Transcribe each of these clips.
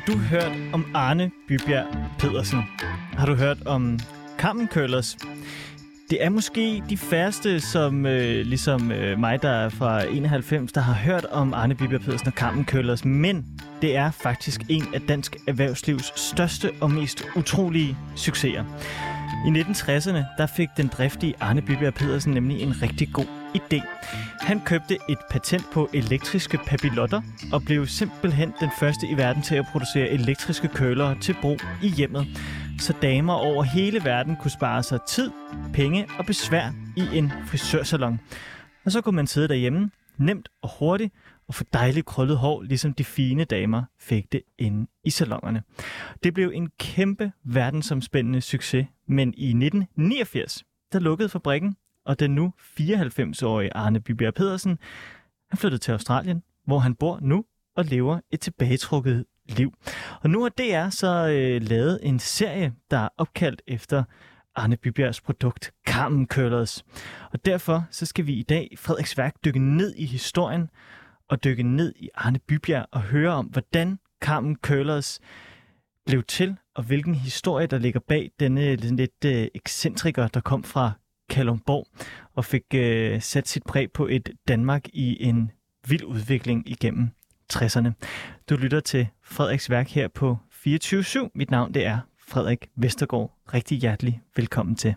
du hørt om Arne Bybjerg Pedersen? Har du hørt om Carmen Curlers? Det er måske de færreste, som ligesom mig, der er fra 91, der har hørt om Arne Bybjerg Pedersen og Carmen Curlers, men det er faktisk en af dansk erhvervslivs største og mest utrolige succeser. I 1960'erne, der fik den driftige Arne Bybjerg Pedersen nemlig en rigtig god idé. Han købte et patent på elektriske papillotter og blev simpelthen den første i verden til at producere elektriske curlere til brug i hjemmet, så damer over hele verden kunne spare sig tid, penge og besvær i en frisørsalon. Og så kunne man sidde derhjemme, nemt og hurtigt, og få dejligt krøllet hår, ligesom de fine damer fik det inde i salonerne. Det blev en kæmpe verdensomspændende succes, men i 1989, der lukkede fabrikken, og den nu 94-årige Arne Bybjerg Pedersen, han flyttede til Australien, hvor han bor nu og lever et tilbagetrukket liv. Og nu har DR så lavet en serie, der er opkaldt efter Arne Bybjergs produkt, Carmen Curlers. Og derfor så skal vi i dag i Frederiksværk dykke ned i historien og dykke ned i Arne Bybjerg og høre om, hvordan Carmen Curlers blev til, og hvilken historie, der ligger bag denne lidt ekscentriker, der kom fra Kalundborg og fik sat sit præg på et Danmark i en vild udvikling igennem 60'erne. Du lytter til Frederiksværk her på 24/7. Mit navn det er Frederik Vestergaard. Rigtig hjertelig velkommen til.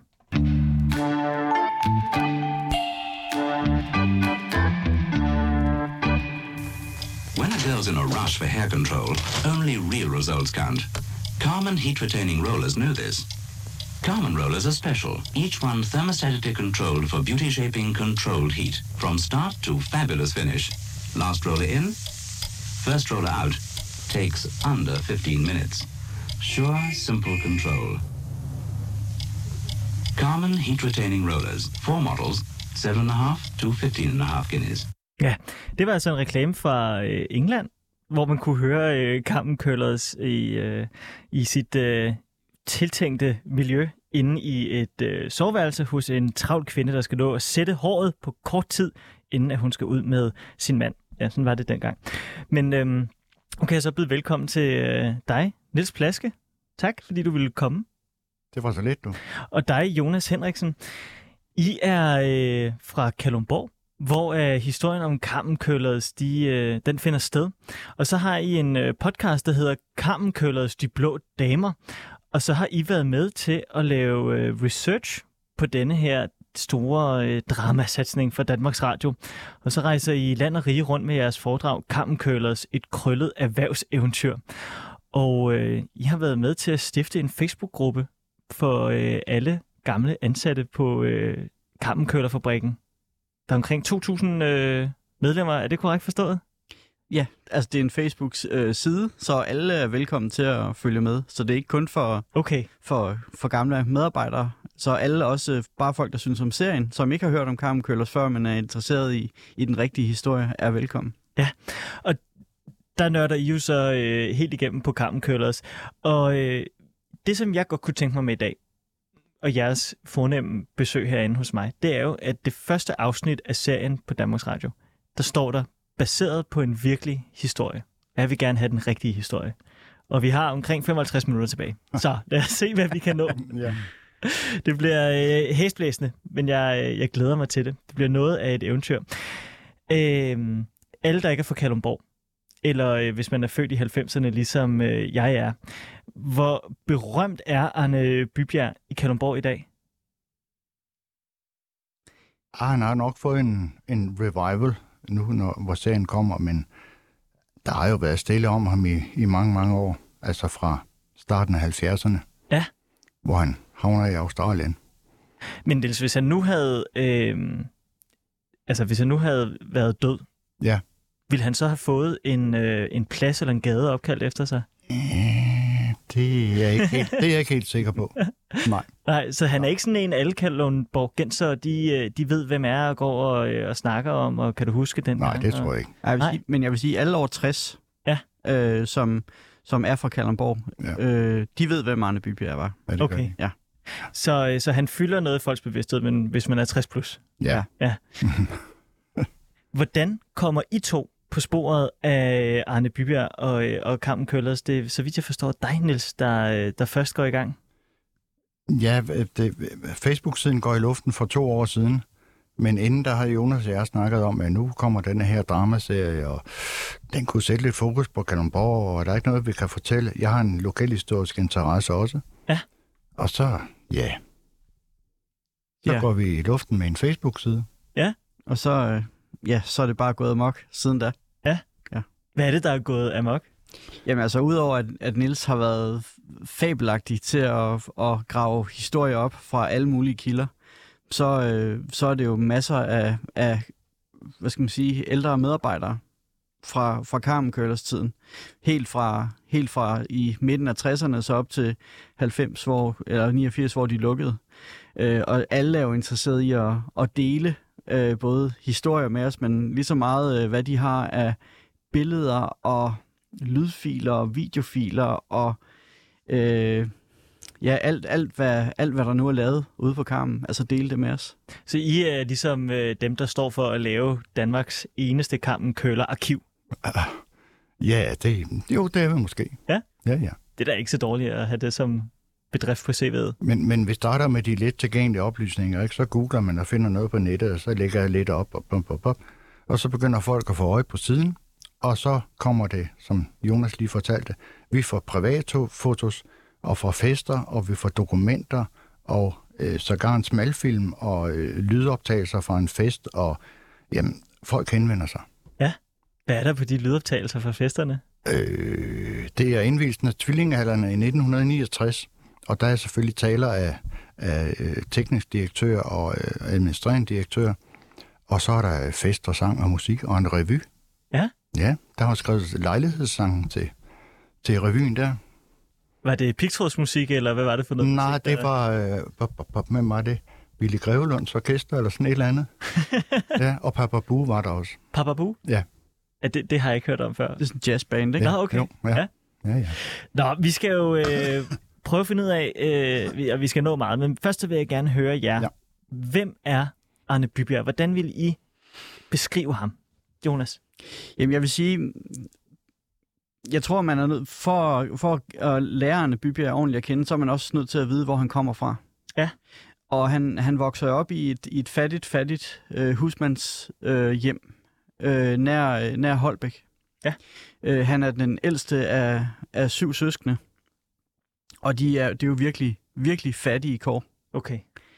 When a girl's in a rush for hair control, only real results count. Carmen heat-retaining rollers know this. Carmen rollers are special, each one thermostatically controlled for beauty-shaping controlled heat, from start to fabulous finish. Last roller in, first roller out, takes under 15 minutes. Sure, simple control. Carmen heat-retaining rollers, 4 models, 7.5 to 15.5 guineas. Ja, det var altså en reklame fra England, hvor man kunne høre Carmen Curlers i sit tiltænkte miljø inde i et soveværelse hos en travl kvinde, der skal nå at sætte håret på kort tid, inden at hun skal ud med sin mand. Ja, sådan var det dengang. Men okay, så byde velkommen til dig, Niels Plaske. Tak, fordi du ville komme. Det var så lidt, du. Og dig, Jonas Henriksen. I er fra Kalundborg, hvor historien om Carmen Curlers, den finder sted. Og så har I en podcast, der hedder Carmen Curlers, de blå damer. Og så har I været med til at lave research på denne her store dramasatsning for Danmarks Radio. Og så rejser I land og rige rundt med jeres foredrag Carmen Curlers, et krøllet erhvervseventyr. Og I har været med til at stifte en Facebook-gruppe for alle gamle ansatte på Carmen Curler-fabrikken. Der er omkring 2.000 medlemmer. Er det korrekt forstået? Ja, altså det er en Facebook-side, så alle er velkommen til at følge med. Så det er ikke kun for gamle medarbejdere. Så alle, også bare folk, der synes om serien, som ikke har hørt om Carmen Curlers før, men er interesseret i den rigtige historie, er velkommen. Ja, og der nørder I jo så helt igennem på Carmen Curlers. Og det, som jeg godt kunne tænke mig med i dag, og jeres fornemme besøg herinde hos mig, det er jo, at det første afsnit af serien på Danmarks Radio, der står der, baseret på en virkelig historie. Jeg vil gerne have den rigtige historie. Og vi har omkring 55 minutter tilbage. Så lad os se, hvad vi kan nå. Ja. Det bliver hæsblæsende, men jeg glæder mig til det. Det bliver noget af et eventyr. Alle, der ikke er fra Kalundborg, eller hvis man er født i 90'erne, ligesom jeg er, hvor berømt er Arne Bybjerg i Kalundborg i dag? Han har nok fået en revival nu, hvor serien kommer, men der har jo været stille om ham i mange, mange år. Altså fra starten af 70'erne, ja, hvor han havner i Australien. Men Niels, hvis han nu havde, været død, ja, ville han så have fået en plads eller en gade opkaldt efter sig? Det er jeg ikke helt sikker på. Nej, så han er ikke sådan en alle kalundborgenser, de ved, hvem er og går og snakker om, og kan du huske den? Nej, det tror jeg ikke. Men jeg vil sige, alle over 60, ja, som er fra Kalundborg, ja, de ved, hvem Arne Bybjerg var. Ja, det okay. Ja. Så han fylder noget i folks bevidsthed, men hvis man er 60 plus. Ja. Ja. Hvordan kommer I to på sporet af Arne Bybjerg og Kampen Køllers. Det er, så vidt jeg forstår, dig, Niels, der først går i gang. Ja, Facebook-siden går i luften for 2 år siden. Men inden der har Jonas og jeg snakket om, at nu kommer denne her dramaserie, og den kunne sætte lidt fokus på Kalundborg, og der er ikke noget, vi kan fortælle. Jeg har en lokalhistorisk interesse også. Ja. Og så går vi i luften med en Facebook-side. Ja. Og så er det bare gået amok siden da. Ja. Hvad er det, der er gået amok? Jamen altså, udover at Niels har været fabelagtig til at grave historier op fra alle mulige kilder, så er det jo masser af hvad skal man sige, ældre medarbejdere fra Carmen Curlers tiden. Helt fra i midten af 60'erne så op til 90 eller 89, hvor de lukkede. Og alle er jo interesserede i at dele både historier med os, men lige så meget hvad de har af billeder og lydfiler og videofiler og alt hvad der nu er lavet ude på Carmen, altså dele det med os. Så I er ligesom dem, der står for at lave Danmarks eneste Carmen Curler arkiv? Ja, det er vi måske. Ja? Ja. Det er da ikke så dårligt at have det som bedrift på CV'et. Men vi starter med de lidt tilgængelige oplysninger, ikke? Så googler man og finder noget på nettet, og så lægger jeg lidt op, og så begynder folk at få øje på siden, og så kommer det, som Jonas lige fortalte, vi får privatfotos, og får fester, og vi får dokumenter, og sågar en smalfilm, og lydoptagelser fra en fest, og jamen, folk henvender sig. Ja. Hvad er der på de lydoptagelser fra festerne? Det er indvielsen af tvillingehallerne i 1969, og der er selvfølgelig taler af teknisk direktør og administrerende direktør, og så er der fest og sang og musik og en revy. Ja? Ja, der har skrevet lejlighedssangen til revyen der. Var det pigtrådsmusik, eller hvad var det for noget? Nej, musik, det var med mig det. Billy Grevelunds orkester, eller sådan et eller andet. Ja, og Papa Bue var der også. Papa Bue? Ja. Det har jeg ikke hørt om før. Det er sådan en jazzband, ikke? Ja, okay. Jo, ja. Nå, vi skal jo prøve at finde ud af, og vi skal nå meget, men først så vil jeg gerne høre jer. Ja. Hvem er Arne Bybjerg? Hvordan vil I beskrive ham? Jonas? Jamen, jeg vil sige, jeg tror, man er nødt for at lære Arne Bybjerg ordentligt at kende, så er man også nødt til at vide, hvor han kommer fra. Ja. Og han vokser op i et fattigt husmands hjem nær Holbæk. Ja. Han er den ældste af 7 søskende, og det er jo virkelig, virkelig fattige kår. Okay.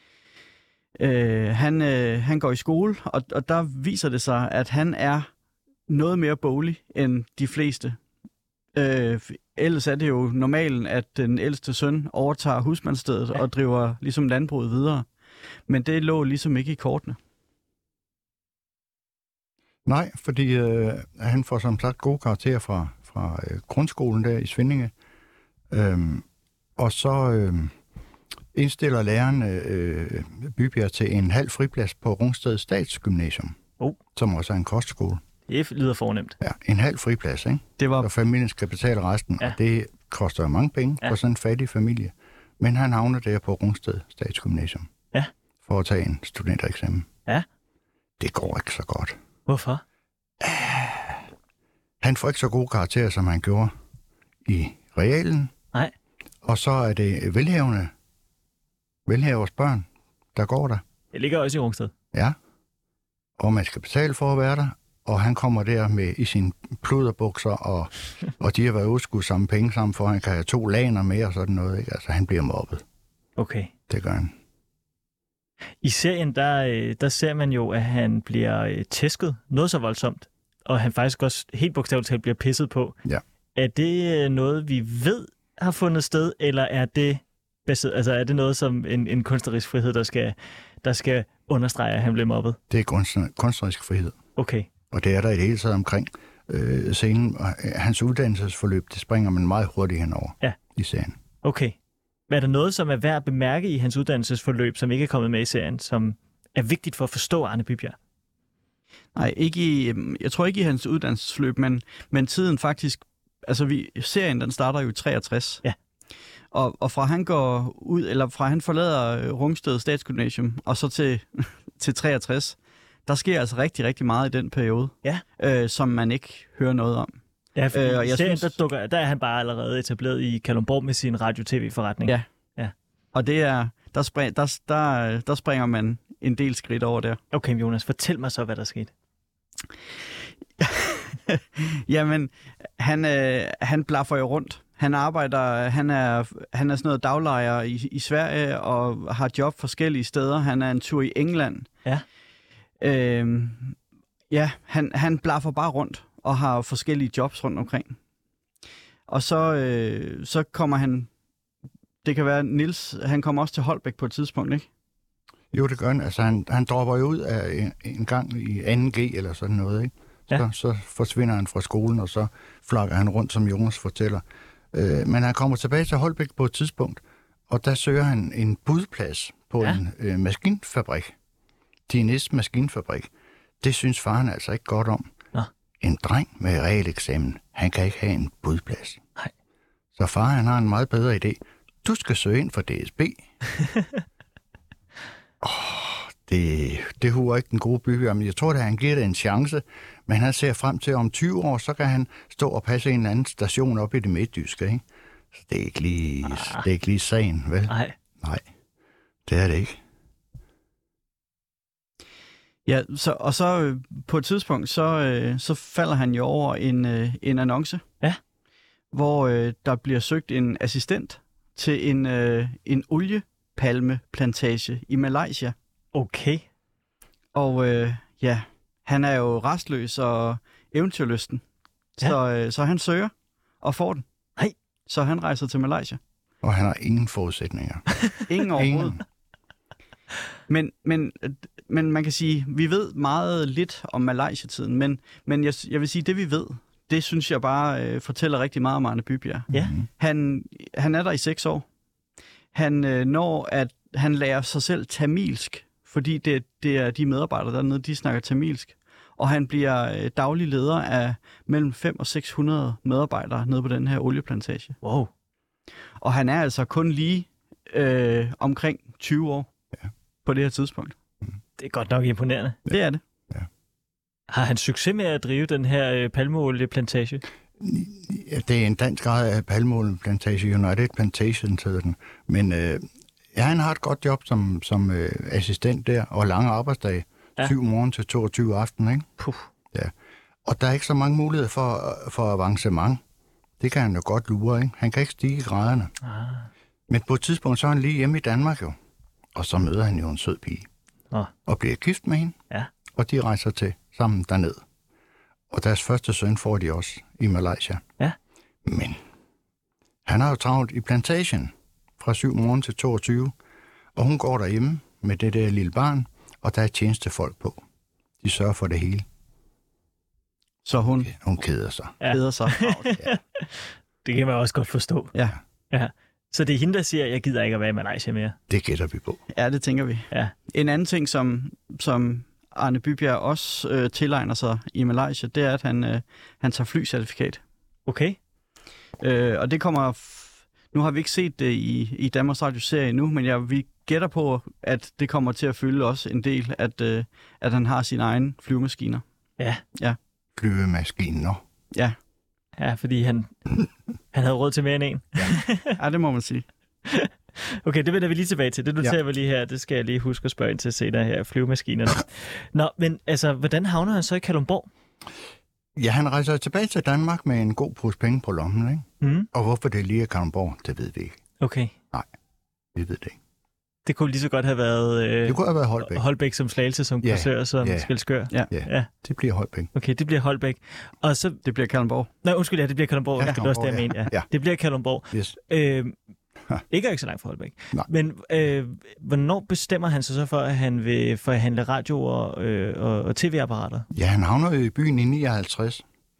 Han går i skole, og der viser det sig, at han er noget mere boglig end de fleste. Ellers er det jo normalen, at den ældste søn overtager husmandsstedet og driver ligesom landbruget videre. Men det lå ligesom ikke i kortene. Nej, fordi han får som sagt gode karakterer fra grundskolen der i Svindinge. Og så indstiller læreren Bybjerg til en halv friplads på Rungsted Statsgymnasium, som også er en kostskole. Det lyder fornemt. Ja, en halv friplads, ikke? Det var... Og familien skal betale resten, og det koster jo mange penge for sådan en fattig familie. Men han havner der på Rungsted Statsgymnasium for at tage en studentereksamen. Ja. Det går ikke så godt. Hvorfor? Han får ikke så gode karakterer, som han gjorde i realen. Nej. Og så er det velhavers børn, der går der. Det ligger også i Rungsted. Ja. Og man skal betale for at være der. Og han kommer der med i sine pluderbukser, og de har været udskudt samme penge sammen, for han kan have 2 laner med og sådan noget. Ikke? Altså, han bliver mobbet. Okay. Det gør han. I serien, der ser man jo, at han bliver tæsket noget så voldsomt, og han faktisk også helt bogstaveligt talt bliver pisset på. Ja. Er det noget, vi ved har fundet sted, eller er det er det noget som en kunstnerisk frihed, der skal understrege, at han bliver mobbet? Det er kunstnerisk frihed. Okay. Og det er der i det hele taget omkring scenen. Hans uddannelsesforløb, det springer man meget hurtigt henover i serien. Okay. Er der noget, som er værd at bemærke i hans uddannelsesforløb, som ikke er kommet med i serien, som er vigtigt for at forstå Arne Bybjerg? Nej, jeg tror ikke i hans uddannelsesforløb, men tiden faktisk... Altså, serien den starter jo i 63. Ja. Og fra han går ud, eller fra han forlader Rungsted Statsgymnasium, og så til 63, Der sker altså rigtig, rigtig meget i den periode, som man ikke hører noget om. Ja, for i serien, der er han bare allerede etableret i Kalundborg med sin radio-tv-forretning. Ja. Og det er, der springer man en del skridt over der. Okay, Jonas, fortæl mig så, hvad der skete. Jamen, han blaffer jo rundt. Han arbejder, han er sådan noget daglejer i Sverige og har job forskellige steder. Han er en tur i England. Ja. Han blaffer bare rundt og har forskellige jobs rundt omkring. Og så kommer han, det kan være Niels, han kommer også til Holbæk på et tidspunkt, ikke? Jo, det gør han. Altså, han dropper jo ud af en gang i 2G eller sådan noget, ikke? Så forsvinder han fra skolen, og så flakker han rundt, som Jonas fortæller. Men han kommer tilbage til Holbæk på et tidspunkt, og der søger han en budplads på en maskinfabrik. DNS maskinfabrik. Det synes faren altså ikke godt om. Nå. En dreng med realeksamen, han kan ikke have en budplads. Nej. Så far, han har en meget bedre idé. Du skal søge ind for DSB. Det huer ikke den gode bygge, men jeg tror, at han giver det en chance. Men han ser frem til, om 20 år, så kan han stå og passe en anden station op i det midtjyske, ikke? Så det er ikke lige sagen, vel? Nej, det er det ikke. Ja, så på et tidspunkt, så falder han jo over en annonce, hvor der bliver søgt en assistent til en oliepalmeplantage i Malaysia. Okay. Og han er jo restløs og eventyrlysten, så han søger og får den. Nej. Så han rejser til Malaysia. Og han har ingen forudsætninger. Ingen overhovedet. Men man kan sige, vi ved meget lidt om Malaysia-tiden, men jeg vil sige, det vi ved, det synes jeg bare fortæller rigtig meget om Arne Bybjerg. Ja. Han er der i 6 år. Han når at han lærer sig selv tamilsk, fordi det er de medarbejdere dernede, de snakker tamilsk. Og han bliver daglig leder af mellem 500 og 600 medarbejdere nede på den her olieplantage. Wow. Og han er altså kun lige omkring 20 år på det her tidspunkt. Det er godt nok imponerende. Det er det. Ja. Har han succes med at drive den her palmeolieplantage? Ja, det er en dansk ejet palmeolieplantage, United Plantation hedder den. Men han har et godt job som assistent der, og lange arbejdsdage. 7 morgen til 22 aften, ikke? Puh. Ja. Og der er ikke så mange muligheder for avancement. Det kan han jo godt lure, ikke? Han kan ikke stige i graderne. Men på et tidspunkt, så er han lige hjemme i Danmark jo. Og så møder han jo en sød pige. Og bliver gift med hende. Ja. Og de rejser til sammen derned. Og deres første søn får de også i Malaysia. Ja. Men han har jo travlt i plantagen fra 7 morgen til 22. Og hun går derhjemme med det der lille barn, og der er tjenestefolk på. De sørger for det hele. Så hun keder sig. Keder sig. Ja. Det kan man også godt forstå. Ja. Så det er hende, der siger, at jeg gider ikke at være i Malaysia mere. Det gætter vi på. Ja, det tænker vi. Ja. En anden ting, som Arne Bybjerg også tilegner sig i Malaysia, det er, at han tager flycertifikat. Okay. Og det kommer... Nu har vi ikke set det i Danmarks Radio-serie nu, men vi gætter på, at det kommer til at fylde også en del, at han har sine egne flyvemaskiner. Ja. Flyvemaskiner. Ja. Ja, fordi han havde råd til mere end en. Ja, det må man sige. Okay, det vender vi lige tilbage til. Det noterer vi lige her. Det skal jeg lige huske at spørge ind til senere her. Flyvemaskinerne. Nå, men altså, hvordan havner han så i Kalundborg? Ja, han rejser tilbage til Danmark med en god pose penge på lommen, ikke? Mm. Og hvorfor det lige er Kalundborg, det ved vi ikke. Okay. Nej, vi ved det ikke. Det kunne lige så godt have været... det kunne have været Holbæk. Holbæk som Slagelse, som kursør, som Skælskør. Ja, det bliver Holbæk. Okay, det bliver Holbæk. Og så... Det bliver Kalundborg. Nej, undskyld, det bliver Kalundborg. Ja, det er også det, jeg mener. Ja. Det bliver Kalundborg. Yes. Ikke så langt fra Holbæk. Nej. Men hvornår bestemmer han sig så for, at han vil forhandle radio og tv-apparater? Ja, han havner i byen i 59.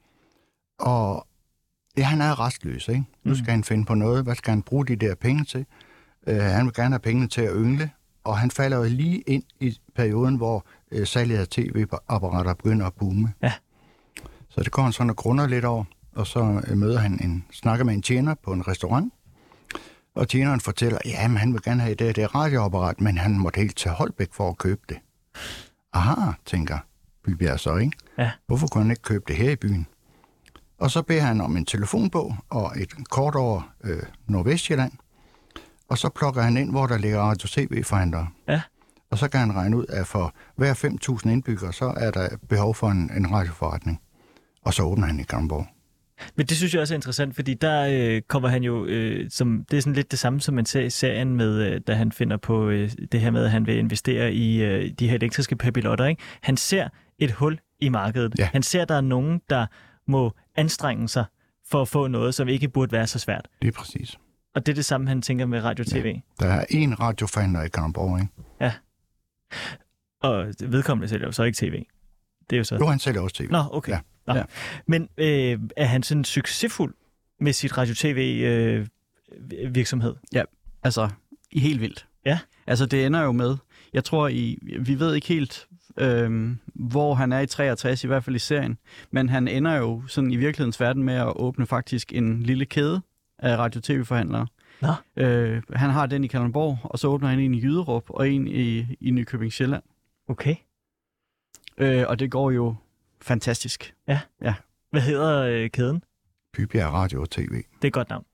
Og han er restløs, ikke? Nu skal han finde på noget. Hvad skal han bruge de der penge til? Han vil gerne have pengene til at yngle. Og han falder jo lige ind i perioden, hvor salget af tv-apparater begynder at boome. Ja. Så det går han sådan og grunder lidt over. Og så møder han snakker med en tjener på en restaurant. Og tjeneren fortæller, at han vil gerne have det radioapparat, men han måtte helt til Holbæk for at købe det. Aha, tænker Bybjerg så, ikke? Ja. Hvorfor kunne han ikke købe det her i byen? Og så beder han om en telefonbog og et kort over Nordvestjylland. Og så plukker han ind, hvor der ligger radio-tv-forhandlere. Ja. Og så kan han regne ud, at for hver 5.000 indbyggere, så er der behov for en radioforretning. Og så åbner han i Kalundborg. Men det synes jeg også er interessant, fordi der kommer han jo, som det er sådan lidt det samme, som man ser i serien med, da han finder på det her med, at han vil investere i de her elektriske papillotter, ikke? Han ser et hul i markedet. Ja. Han ser, at der er nogen, der må anstrenge sig for at få noget, som ikke burde være så svært. Det er præcis. Og det er det samme, han tænker med radio-tv. Ja. Der er én radioforhandler i Kalundborg, ikke? Ja. Og vedkommende sælger jo så ikke tv. Det er jo så... Jo, han sælger også tv. Nå, okay. Ja. Nå. Ja. Men er han sådan succesfuld med sit radio-tv-virksomhed? Ja, altså helt vildt. Ja. Altså det ender jo med, jeg tror, vi ved ikke helt, hvor han er i 63, i hvert fald i serien, men han ender jo sådan i virkelighedens verden med at åbne faktisk en lille kæde af radio-tv-forhandlere. Nå. Han har den i Kalundborg, og så åbner han en i Jyderup og en i Nykøbing Sjælland. Okay. Og det går jo fantastisk. Ja. Ja. Hvad hedder kæden? Bybjerg Radio og TV. Det er et godt navn.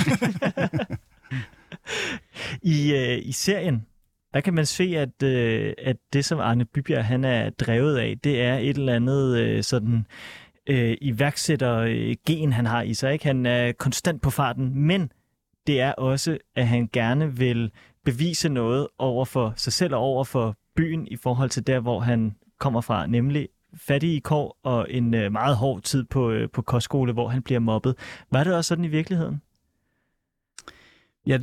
I serien, der kan man se, at det, som Arne Bybjerg han er drevet af, det er et eller andet sådan iværksætter-gen, han har i sig. Ikke? Han er konstant på farten, men det er også, at han gerne vil bevise noget over for sig selv og over for byen i forhold til der, hvor han kommer fra, nemlig fattig i kår og en meget hård tid på kostskole, hvor han bliver mobbet. Var det også sådan i virkeligheden? Ja,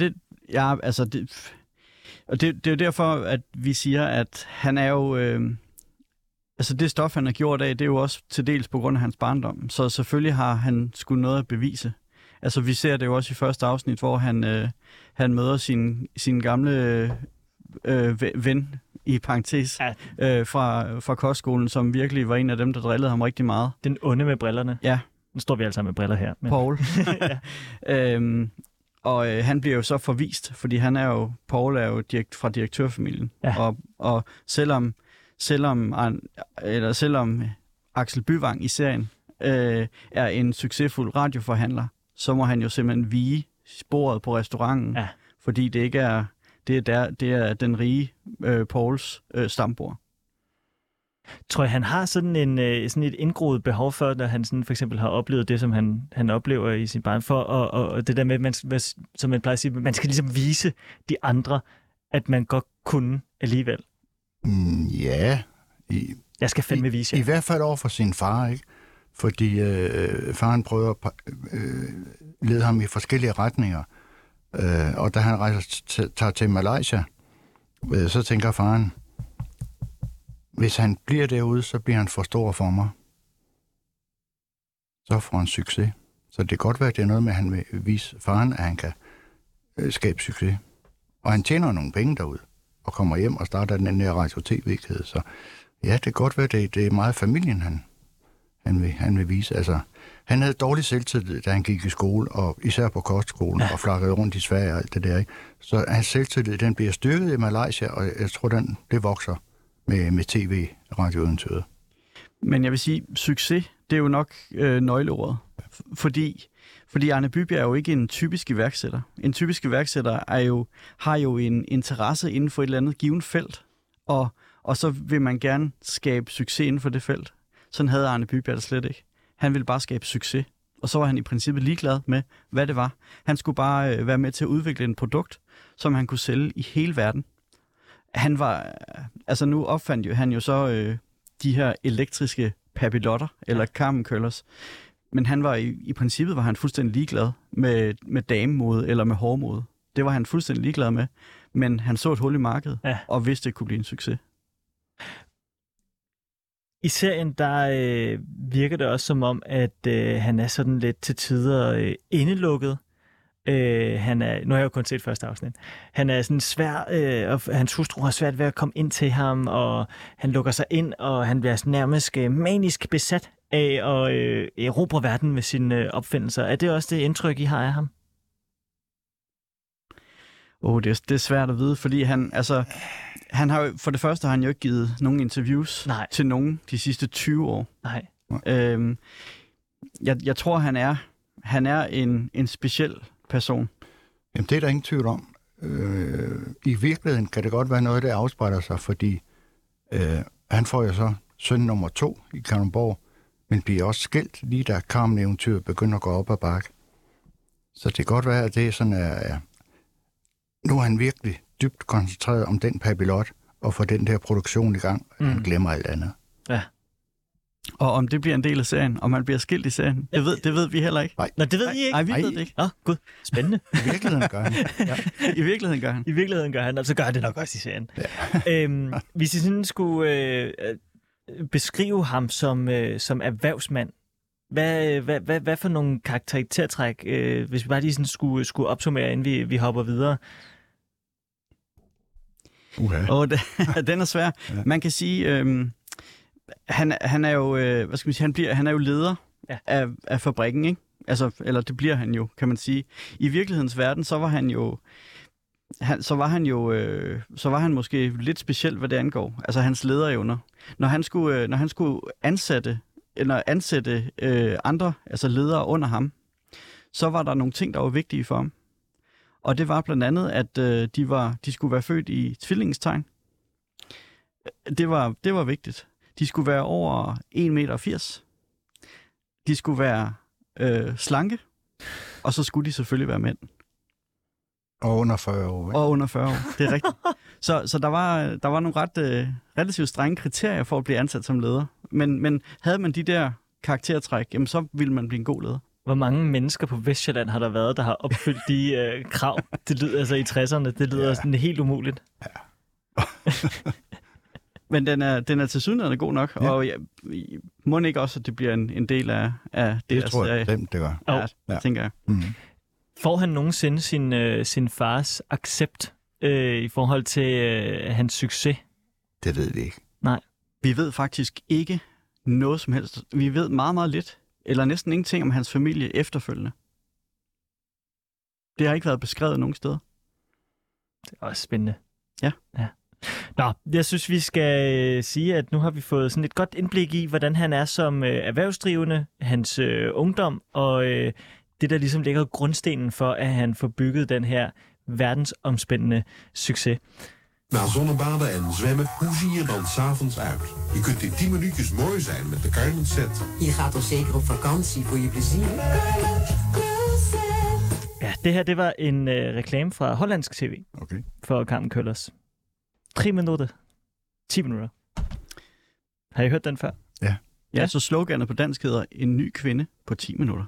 og det er jo derfor, at vi siger, at han er jo... altså det stof, han har gjort af, det er jo også til dels på grund af hans barndom. Så selvfølgelig har han sgu noget at bevise. Altså vi ser det jo også i første afsnit, hvor han møder sin gamle ven, i parentes, fra kostskolen, som virkelig var en af dem, der drillede ham rigtig meget. Den onde med brillerne. Ja. Nu står vi alle sammen med briller her. Men... Paul. Og han bliver jo så forvist, fordi Paul er jo fra direktørfamilien. Ja. Og selvom Axel Byvang i serien er en succesfuld radioforhandler, så må han jo simpelthen vige sporet på restauranten, fordi det ikke er det er den rige Pauls stambord. Tror jeg, han har sådan et indgroet behov for, når han sådan for eksempel har oplevet det, som han oplever i sin barn, for og det der med, som man plejer at sige, man skal ligesom vise de andre, at man godt kunne alligevel. Ja. Jeg skal fandme vise jer. I hvert fald over for sin far, ikke? Fordi faren prøver at lede ham i forskellige retninger. Og da han tager til Malaysia, så tænker faren, hvis han bliver derude, så bliver han for stor for mig. Så får han succes. Så det kan godt være, at det er noget med, at han vil vise faren, at han kan skabe succes. Og han tjener nogle penge derude, og kommer hjem og starter den der radio-tv-kæde. Så ja, det kan godt være, at det er meget familien, han vil vise. Altså, han havde dårlig selvtillid, da han gik i skole, og især på kostskolen, og flakkede rundt i Sverige og alt det der. Ikke? Så hans selvtillid, den bliver styrket i Malaysia, og jeg tror, det vokser med tv-radioeventyret. Men jeg vil sige, succes, det er jo nok nøgleordet. Fordi Arne Bybjerg er jo ikke en typisk iværksætter. En typisk iværksætter har jo en interesse inden for et eller andet givet felt, og så vil man gerne skabe succes inden for det felt. Sådan havde Arne Bybjerg det slet ikke. Han ville bare skabe succes, og så var han i princippet ligeglad med, hvad det var. Han skulle bare være med til at udvikle et produkt, som han kunne sælge i hele verden. Nu opfandt han jo så de her elektriske papillotter, eller Carmen-køllers. Men han var i princippet var han fuldstændig ligeglad med damemode eller med hårmode. Det var han fuldstændig ligeglad med, men han så et hul i markedet, og vidste, det kunne blive en succes. I serien, der virker det også som om, at han er sådan lidt til tider indelukket. Nu har jeg jo kun set første afsnit. Han er sådan svær, og hans hustru har svært ved at komme ind til ham, og han lukker sig ind, og han bliver nærmest manisk besat af at erobre verden med sine opfindelser. Er det også det indtryk, I har af ham? Det er svært at vide, fordi han har jo, for det første har han jo ikke givet nogen interviews til nogen de sidste 20 år. Nej. Jeg tror, han er en speciel person. Jamen, det er der ingen tvivl om. I virkeligheden kan det godt være noget, der afspejler sig, fordi han får jo så søn nummer 2 i Kalundborg, men bliver også skilt, lige da Carmen-eventyret begynder at gå op ad bakke. Så det kan godt være, at det er sådan, at nu er han virkelig dybt koncentreret om den papillot, og får den der produktion i gang, og han glemmer alt andet. Ja. Og om det bliver en del af serien, om han bliver skilt i serien, det ved vi heller ikke. Nå, det ved I ikke? Nej, vi ved det ikke. Gud, spændende. I virkeligheden gør han. Ja. I virkeligheden gør han. I virkeligheden gør han, og så gør det nok også i serien. Ja. Hvis I sådan skulle beskrive ham som erhvervsmand, hvad for nogle karaktertræk, hvis vi bare lige sådan skulle opsummere, inden vi hopper videre? Den er svær. Ja. Man kan sige, han er jo, han er jo leder af fabrikken, ikke? Altså, eller det bliver han jo, kan man sige. I virkelighedens verden, så var han måske lidt speciel, hvad det angår. Altså hans lederevner. Når han skulle ansætte andre, altså ledere under ham, så var der nogle ting, der var vigtige for ham. Og det var blandt andet, at de skulle være født i tvillingestegn. Det var vigtigt. De skulle være over 1,80 meter. De skulle være slanke, og så skulle de selvfølgelig være mænd. Og under 40 år, ikke? Og under 40 år, det er rigtigt. Så der var nogle relativt strenge kriterier for at blive ansat som leder. Men havde man de der karaktertræk, jamen så ville man blive en god leder. Hvor mange mennesker på Vestsjælland har der været, der har opfyldt de krav? Det lyder altså i 60'erne, det lyder sådan helt umuligt. Ja. Men den er tilsyneladende god nok, og jeg må ikke også, at det bliver en del af det. Det tror jeg bestemt, det gør. Ja, tænker jeg. Mm-hmm. Får han nogensinde sin fars accept i forhold til hans succes? Det ved vi ikke. Nej. Vi ved faktisk ikke noget som helst. Vi ved meget, meget lidt, eller næsten ingenting om hans familie efterfølgende. Det har ikke været beskrevet nogen steder. Det er også spændende. Ja. Nå, jeg synes, vi skal sige, at nu har vi fået sådan et godt indblik i, hvordan han er som erhvervsdrivende, hans ungdom, og det, der ligesom ligger grundstenen for, at han får bygget den her verdensomspændende succes. Na zonnebaden en zwemmen, hoe zie je dan 's avonds uit? Je kunt in 10 minuutjes mooi zijn met de Carmen-set. Je gaat toch zeker op vakantie voor je plezier? Ja, det her, det var en reklame fra hollandsk tv for Carmen Køllers. 3 minutter. 10 minutter. Har I hørt den før? Ja, så sloganet på dansk hedder en ny kvinde på 10 minutter.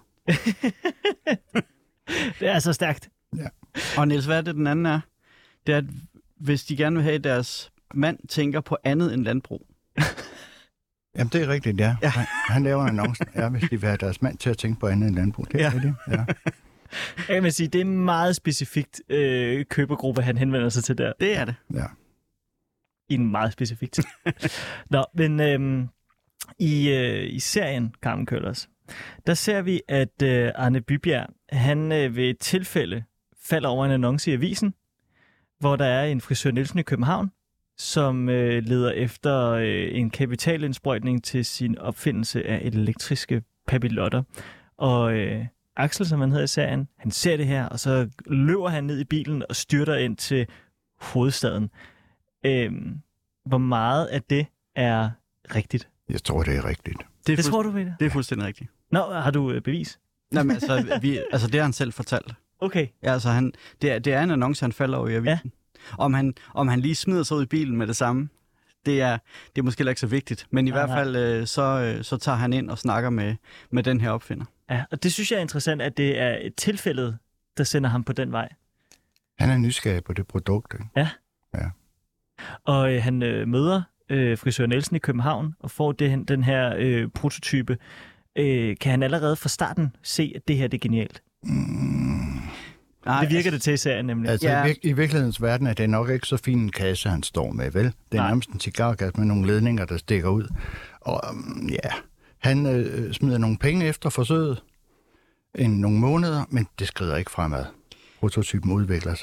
Det er så stærkt. Ja. Og Niels, hvad er det, den anden er? Det er, at hvis de gerne vil have, deres mand tænker på andet end landbrug. Jamen, det er rigtigt, ja. Han laver en annonce, hvis de vil have deres mand til at tænke på andet end landbrug. Det er det, ja. Jeg vil sige, det er en meget specifikt købergruppe, han henvender sig til der. Det er det. Ja. I en meget specifikt. Nå, men i serien Carmen Køllers, der ser vi, at Arne Bybjerg, han ved et tilfælde falder over en annonce i avisen, hvor der er en frisør Nielsen i København, som leder efter en kapitalindsprøjtning til sin opfindelse af elektriske papillotter. Og Axel, som han hedder i serien, han ser det her, og så løber han ned i bilen og styrter ind til hovedstaden. Hvor meget af det er rigtigt? Jeg tror, det er rigtigt. Det tror du, Peter? Det er fuldstændig rigtigt. Nå, har du bevis? Nej, men altså, det har han selv fortalt. Okay. Ja, altså, det er en annonce, han falder over i avisen. Ja. Om han lige smider sig ud i bilen med det samme, det er måske heller ikke så vigtigt. Men i hvert fald, så tager han ind og snakker med den her opfinder. Ja, og det synes jeg er interessant, at det er et tilfælde, der sender ham på den vej. Han er nysgerrig på det produkt. Ikke? Ja. Og han møder frisør Nielsen i København og får den her prototype. Kan han allerede fra starten se, at det her det er genialt? Nej, det virker det til i serien nemlig. Altså i virkelighedens verden er det nok ikke så fin en kasse, han står med, vel? Det er nærmest en cigarkasse med nogle ledninger, der stikker ud. Og han smider nogle penge efter forsøget nogle måneder, men det skrider ikke fremad. Prototypen udvikler sig ikke.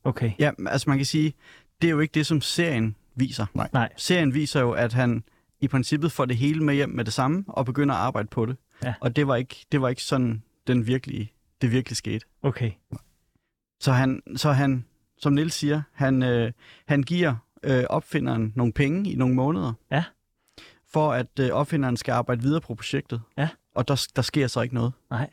Okay. Ja, altså man kan sige, det er jo ikke det, som serien viser. Nej. Serien viser jo, at han i princippet får det hele med hjem med det samme, og begynder at arbejde på det. Ja. Og det var ikke sådan, det virkelig skete. Okay. Så han som Niels siger, han giver opfinderen nogle penge i nogle måneder. Ja. For at opfinderen skal arbejde videre på projektet. Ja. Og der sker så ikke noget. Nej.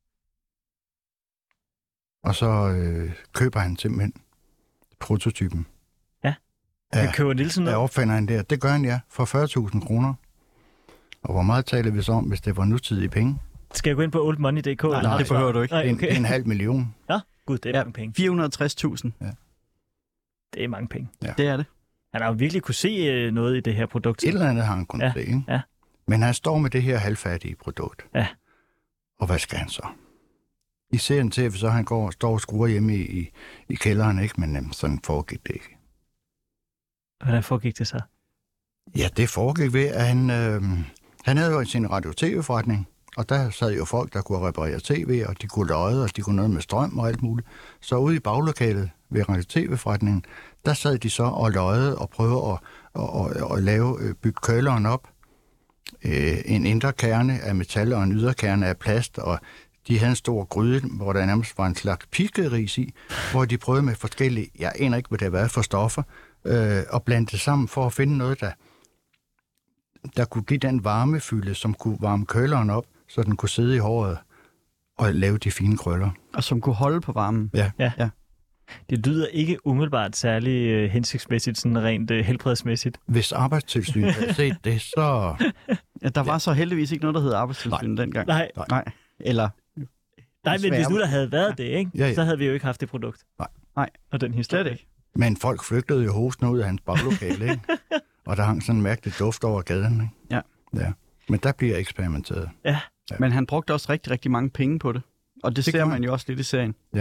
Og så køber han simpelthen prototypen. Ja. Vi køber Nielsen ned. Ja, opfinder han der. Det gør han, ja, for 40.000 kroner. Og hvor meget taler vi så om, hvis det var nutidige penge? Skal jeg gå ind på oldmoney.dk? Nej, det behøver du ikke. Nej, okay. En halv million. Ja, gud, det er mange penge. 460.000. Ja. Det er mange penge. Ja. Det er det. Han har jo virkelig kunne se noget i det her produkt. Et eller andet har han kunnet se, ikke? Ja. Men han står med det her halvfærdige produkt. Ja. Og hvad skal han så? I serien til, så han står og skruer hjemme i kælderen, ikke? Men sådan foregik det ikke. Hvordan foregik det så? Ja, det foregik ved, at han havde jo sin radio-tv-forretning, og der sad jo folk, der kunne reparere tv, og de kunne løje, og de kunne noget med strøm og alt muligt. Så ude i baglokalet ved radio-tv-forretningen, der sad de så og løjede og prøvede at bygge køleren op. En indre kerne af metal og en ydre kerne af plast, og de havde en stor gryde, hvor der nærmest var en slags piskeris i, hvor de prøvede med forskellige, jeg aner ikke, hvad det var for stoffer, og blande det sammen for at finde noget, der kunne give den varmefylde, som kunne varme køleren op, så den kunne sidde i håret og lave de fine krøller. Og som kunne holde på varmen. Ja. Det lyder ikke umiddelbart særlig hensigtsmæssigt, sådan rent helbredsmæssigt. Hvis Arbejdstilsynet havde set det, så... Ja, der var så heldigvis ikke noget, der hed Arbejdstilsynet dengang. Nej. Eller... Nej, men hvis nu der havde været det, ikke? Ja. Så havde vi jo ikke haft det produkt. Nej. Og den historie. Slet ikke. Men folk flygtede jo hosten ud af hans baglokale, ikke? Og der hang sådan en mærkelig duft over gaden, ikke? Ja. Men der bliver eksperimenteret. Ja. Men han brugte også rigtig, rigtig mange penge på det. Og det ser man jo også lidt i serien. Ja.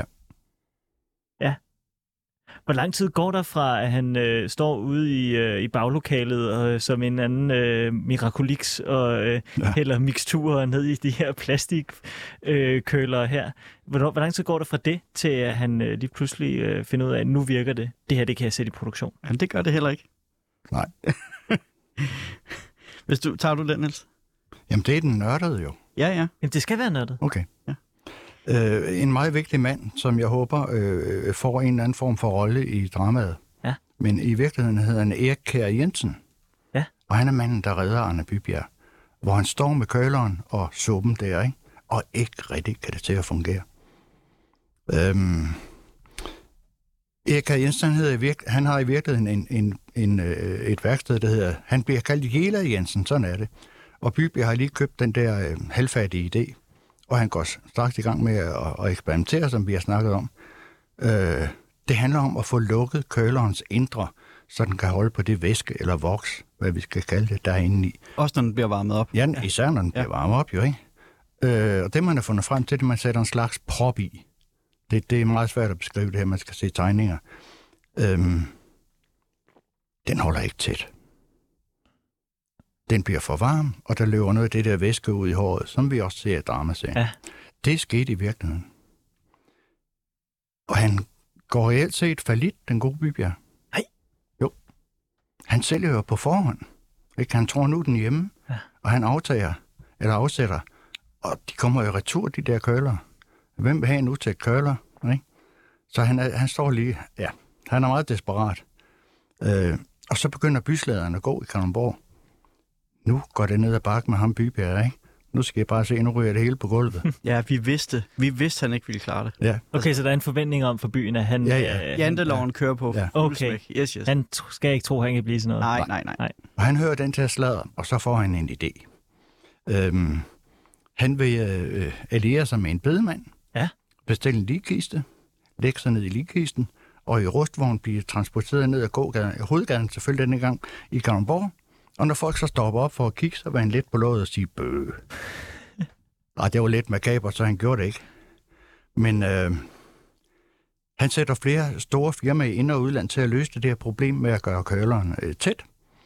Hvor lang tid går der fra, at han står ude i baglokalet som en anden Miraculix og hælder mixturer ned i de her plastikkøler her? Hvor lang tid går der fra det, til at han lige pludselig finder ud af, at nu virker det? Det her, det kan jeg sætte i produktion. Jamen, det gør det heller ikke. Nej. Tager du den, Niels? Jamen, det er den nørdede jo. Ja. Jamen, det skal være nørdet. Okay. Ja. En meget vigtig mand, som jeg håber får en eller anden form for rolle i dramaet. Ja. Men i virkeligheden hedder han Erik Kjær Jensen. Ja. Og han er manden, der redder Arne Bybjerg. Hvor han står med køleren og suppen der, ikke? Og ikke rigtig kan det til at fungere. Erik Kjær Jensen, han har i virkeligheden et værksted, der hedder... Han bliver kaldt Jela Jensen, sådan er det. Og Bybjerg har lige købt den der halvfærdige idé. Og han går straks i gang med at eksperimentere, som vi har snakket om. Det handler om at få lukket kølerens indre, så den kan holde på det væske eller voks, hvad vi skal kalde det, der er inde i. Også når den bliver varmet op. Ja, især når den bliver varmet op, jo, ikke? Og det, man har fundet frem til, det man sætter en slags prop i. Det er meget svært at beskrive det her, man skal se tegninger. Den holder ikke tæt. Den bliver for varm, og der løber noget af det der væske ud i håret, som vi også ser i dramaserien. Ja. Det skete i virkeligheden. Og han går reelt set fallit, den gode Bybjerg. Nej. Jo. Han sælger jo på forhånd. Ikke? Han tror nu den hjemme, og han afsætter, og de kommer jo retur, de der køler. Hvem vil have en utægt køler? Ikke? Så han står lige, han er meget desperat. Og så begynder bysladeren at gå i Kalundborg. Nu går det ned ad bakke med ham Bybjerg, ikke? Nu skal jeg bare se, nu ryger det hele på gulvet. Ja, vi vidste, han ikke ville klare det. Ja. Okay, så der er en forventning om for byen, at han... Janteloven kører på. Ja. Okay. Yes. Han skal ikke tro, at han kan blive sådan noget. Nej. Og han hører den til sladder, og så får han en idé. Han vil alliere sig med en bedemand, bestille en ligkiste, lægge sig ned i ligkisten, og i rustvogn blive transporteret ned ad hovedgaden, selvfølgelig denne gang, i Kalundborg. Og når folk så stopper op for at kigge, så var han lidt på låget og sige, bøh. Nej, det var lidt makaber, så han gjorde det ikke. Men han sætter flere store firmaer i ind- og udland til at løse det her problem med at gøre køleren tæt.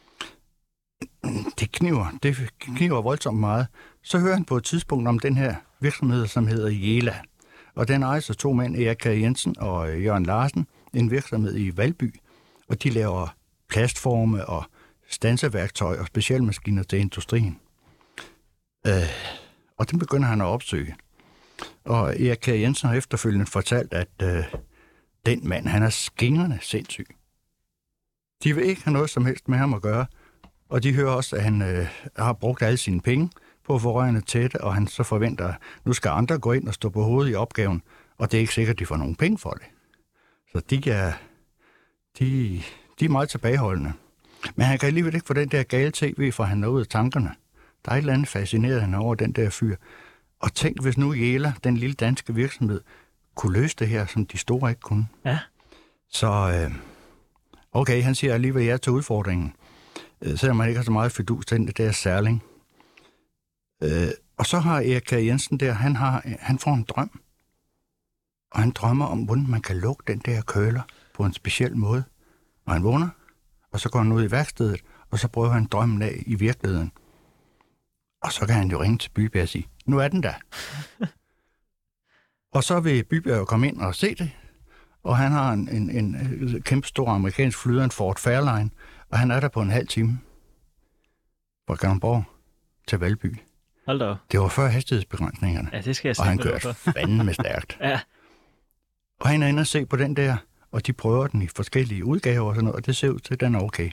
Det kniver voldsomt meget. Så hører han på et tidspunkt om den her virksomhed, som hedder Jela. Og den ejes af to mænd, Erik Kjær Jensen og Jørgen Larsen. en virksomhed i Valby, og de laver plastforme og stanseværktøj og specialmaskiner til industrien. Og den begynder han at opsøge. Og Erik Kjær Jensen har efterfølgende fortalt, at den mand, han er skingrende sindssyg. De vil ikke have noget som helst med ham at gøre, og de hører også, at han har brugt alle sine penge på at få rørene tætte, og han så forventer, at nu skal andre gå ind og stå på hovedet i opgaven, og det er ikke sikkert, at de får nogen penge for det. Så de er meget tilbageholdende. Men han kan alligevel ikke få den der gale tv, for han er ude af tankerne. Der er et eller andet fascinerende over den der fyr. Og tænk, hvis nu Jæler, den lille danske virksomhed, kunne løse det her, som de store ikke kunne. Ja. Så okay, han siger alligevel ja til udfordringen. Selvom man ikke har så meget fidus til det der særling. Og så har Erik Kjær Jensen der, han får en drøm. Og han drømmer om, hvordan man kan lukke den der køler på en speciel måde. Og han vågner, og så går han ud i værkstedet, og så prøver han drømmen af i virkeligheden. Og så kan han jo ringe til Bybjerg og sige, nu er den der. Og så vil Bybjerg jo komme ind og se det. Og han har en kæmpe stor amerikansk flyder, en Ford Fairline, og han er der på en halv time fra Kalundborg til Valby. Hold da. Det var før hastighedsbegrænsningerne. Ja, det skal jeg se. Og han kørte fandme stærkt. Ja. Og han er inde og se på den der, og de prøver den i forskellige udgaver og sådan noget, og det ser ud til, at den er okay.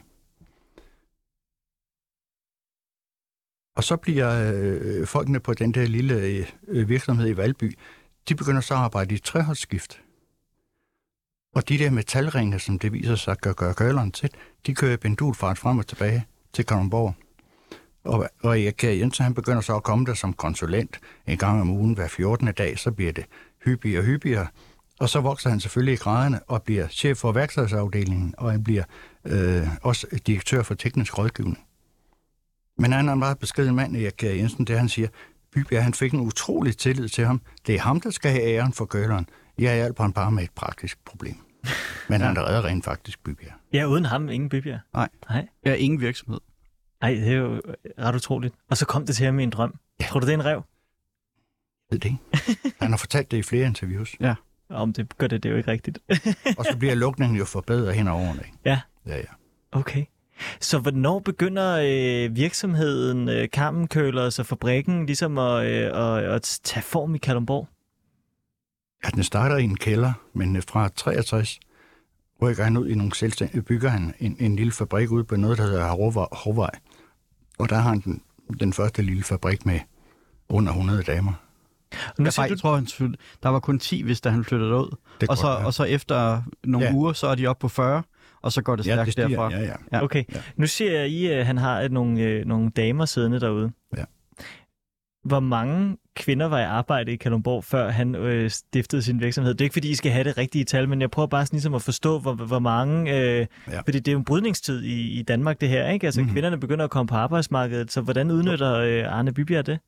Og så bliver folkene på den der lille virksomhed i Valby, de begynder så at arbejde i treholdsskift. Og de der metalringe, som det viser sig at gøre køleren til, de kører pendulfart frem og tilbage til Kalundborg. Og Erik Kjær Jensen, han begynder så at komme der som konsulent en gang om ugen hver 14. dag, så bliver det hyppigere og hyppigere. Og så vokser han selvfølgelig i graderne og bliver chef for værkstedsafdelingen, og han bliver også direktør for teknisk rådgivning. Men han er en meget beskeden mand, Erik Kjær Jensen, det han siger, Bybjerg, han fik en utrolig tillid til ham. Det er ham, der skal have æren for køleren. Jeg hjælper ham bare med et praktisk problem. Men han redder rent faktisk Bybjerg. Ja, uden ham, ingen Bybjerg. Nej. Jeg er ingen virksomhed. Nej, det er jo ret utroligt. Og så kom det til ham i en drøm. Ja. Tror du, det er en ræv? Jeg ved det ikke. Han har fortalt det i flere interviews. Ja. Om det gør det er jo ikke rigtigt. Og så bliver lukningen jo forbedret hen over årene. Ja. Ja. Okay. Så hvornår begynder virksomheden, Carmen Køhlers og fabrikken ligesom at tage form i Kalundborg? Ja, den starter i en kælder, men fra 63 rykker han ud i nogle selvstændige, bygger han en lille fabrik ud på noget, der hedder Hovvej. Og der har han den første lille fabrik med under 100 damer. Jeg tror, der var kun 10, hvis han flyttede ud. Og så efter nogle uger, så er de oppe på 40, og så går det stærkt derfra. Ja. Okay, nu ser jeg at han har nogle damer siddende derude. Ja. Hvor mange kvinder var i arbejde i Kalundborg, før han stiftede sin virksomhed? Det er ikke, fordi I skal have det rigtige tal, men jeg prøver bare sådan ligesom at forstå, hvor mange... Fordi det er jo en brydningstid i Danmark, det her, ikke? Altså, kvinderne begynder at komme på arbejdsmarkedet, så hvordan udnytter Arne Bybjerg det?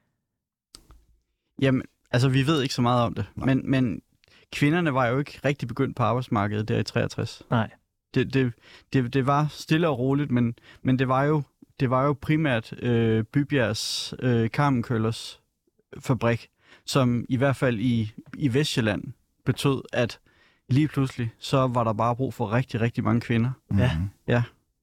Jamen, altså, vi ved ikke så meget om det, men kvinderne var jo ikke rigtig begyndt på arbejdsmarkedet der i 63. Nej. Det var stille og roligt, men det var jo primært Bybjergs Carmen Køhlers fabrik, som i hvert fald i Vestjylland betød, at lige pludselig, så var der bare brug for rigtig, rigtig mange kvinder. Ja.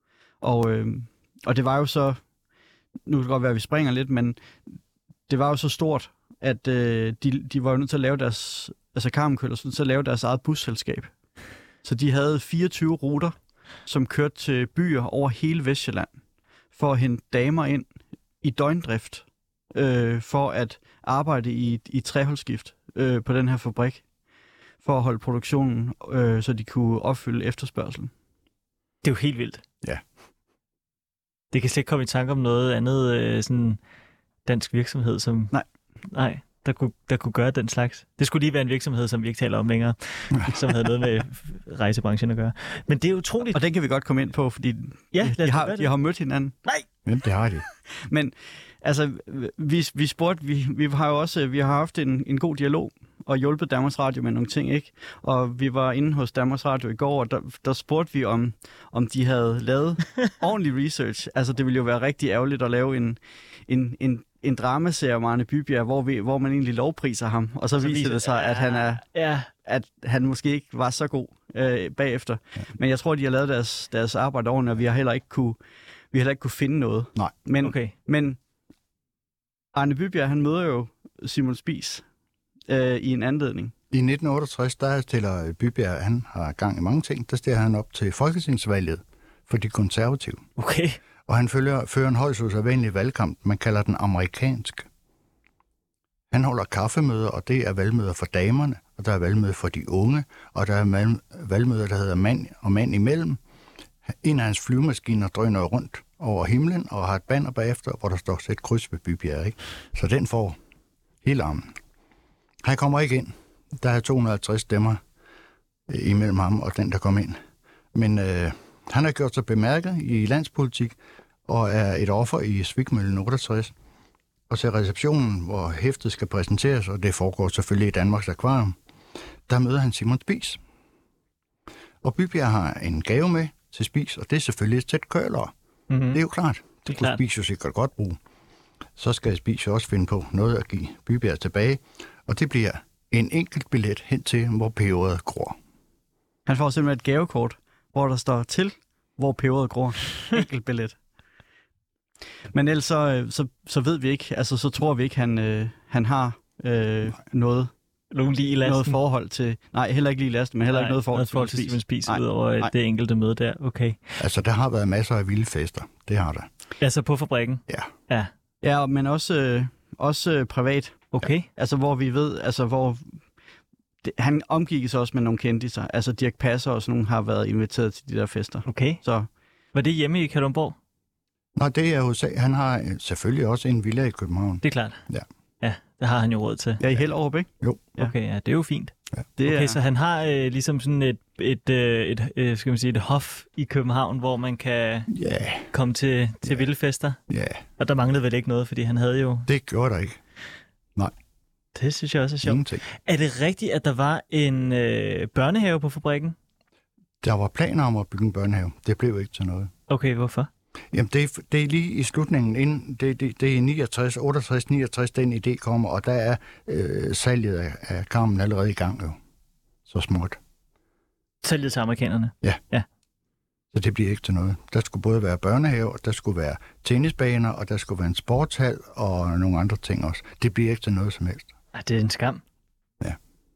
Og det var jo så, nu kan det godt være, at vi springer lidt, men det var jo så stort, at de var jo nødt til at lave deres, altså Carmen Køhlers, til at lave deres eget busselskab. Så de havde 24 ruter, som kørte til byer over hele Vestjylland, for at hente damer ind i døgndrift, for at arbejde i treholdsskift på den her fabrik, for at holde produktionen, så de kunne opfylde efterspørgselen. Det er jo helt vildt. Ja. Det kan slet ikke komme i tanke om noget andet sådan dansk virksomhed, som... Nej, der kunne gøre den slags. Det skulle lige være en virksomhed, som vi ikke taler om længere, som havde noget med rejsebranchen at gøre. Men det er utroligt. Og den kan vi godt komme ind på, fordi de har mødt hinanden. Nej! Jamen, det har de. Men altså, vi spurgte, vi har jo også vi har haft en god dialog og hjulpet Danmarks Radio med nogle ting, ikke? Og vi var inde hos Danmarks Radio i går, og der spurgte vi om de havde lavet ordentlig research. Altså, det ville jo være rigtig ærgerligt at lave en dramaserie om Arne Bybjerg, hvor man egentlig lovpriser ham, og så viser det sig, at han er, at han måske ikke var så god bagefter. Ja. Men jeg tror, de har lavet deres arbejde ordentligt, og vi har heller ikke kunne finde noget. Nej. Men Arne Bybjerg, han møder jo Simon Spies i en anledning. I 1968, der stiller Bybjerg, han har gang i mange ting, der stiller han op til folketingsvalget for de konservative. Okay. Og han fører en højst usædvanlig valgkamp, man kalder den amerikansk. Han holder kaffemøder, og det er valgmøder for damerne, og der er valgmøder for de unge, og der er valgmøder, der hedder mand og mand imellem. En af hans flyvemaskiner drøner rundt over himlen, og har et banner bagefter, hvor der står sæt kryds ved Bybjerg, ikke? Så den får hele armen. Han kommer ikke ind. Der er 250 stemmer imellem ham og den, der kom ind. Men han har gjort sig bemærket i landspolitik, og er et offer i Svikmøllen 68. Og til receptionen, hvor hæftet skal præsenteres, og det foregår selvfølgelig i Danmarks Akvarium, der møder han Simon Spies. Og Bybjerg har en gave med til Spies, og det er selvfølgelig et sæt curler. Mm-hmm. Det er jo klart. Det kunne Spies jo sikkert godt bruge. Så skal Spies jo også finde på noget at give Bybjerg tilbage, og det bliver en enkelt billet hen til, hvor peberet gror. Han får simpelthen et gavekort, hvor der står til, hvor peberet gror. Enkelt billet. Men ellers så ved vi ikke, altså så tror vi ikke, han har noget forhold til, nej, heller ikke lige lasten, men heller ikke noget forhold til Simon Spies ud over det enkelte møde der. Okay. Altså, der har været masser af vilde fester. Det har der. Altså på fabrikken? Ja. Ja, men også privat. Okay. Altså, hvor vi ved, altså hvor han omgik sig også med nogle kendiser. Altså Dirch Passer og sådan nogle har været inviteret til de der fester. Okay. Så var det hjemme i Kalundborg? Nå, det er USA. Han har selvfølgelig også en villa i København. Det er klart. Ja. Ja, det har han jo råd til. Ja, i Hellerup, ikke? Jo. Ja. Okay, ja, det er jo fint. Ja. Okay, så han har ligesom sådan et hof i København, hvor man kan komme til vilde fester. Ja. Og der manglede vel ikke noget, fordi han havde jo... Det gjorde der ikke. Nej. Det synes jeg også er sjovt. Ingenting. Er det rigtigt, at der var en børnehave på fabrikken? Der var planer om at bygge en børnehave. Det blev ikke til noget. Okay, hvorfor? Jamen, det er lige i slutningen, inden det er i 69, 68, 69, den idé kommer, og der er salget af Carmen allerede i gang jo. Så småt. Salget til amerikanerne? Ja. Ja. Så det bliver ikke til noget. Der skulle både være børnehave, og der skulle være tennisbaner, og der skulle være en sportshal, og nogle andre ting også. Det bliver ikke til noget som helst. Det er en skam. Ja.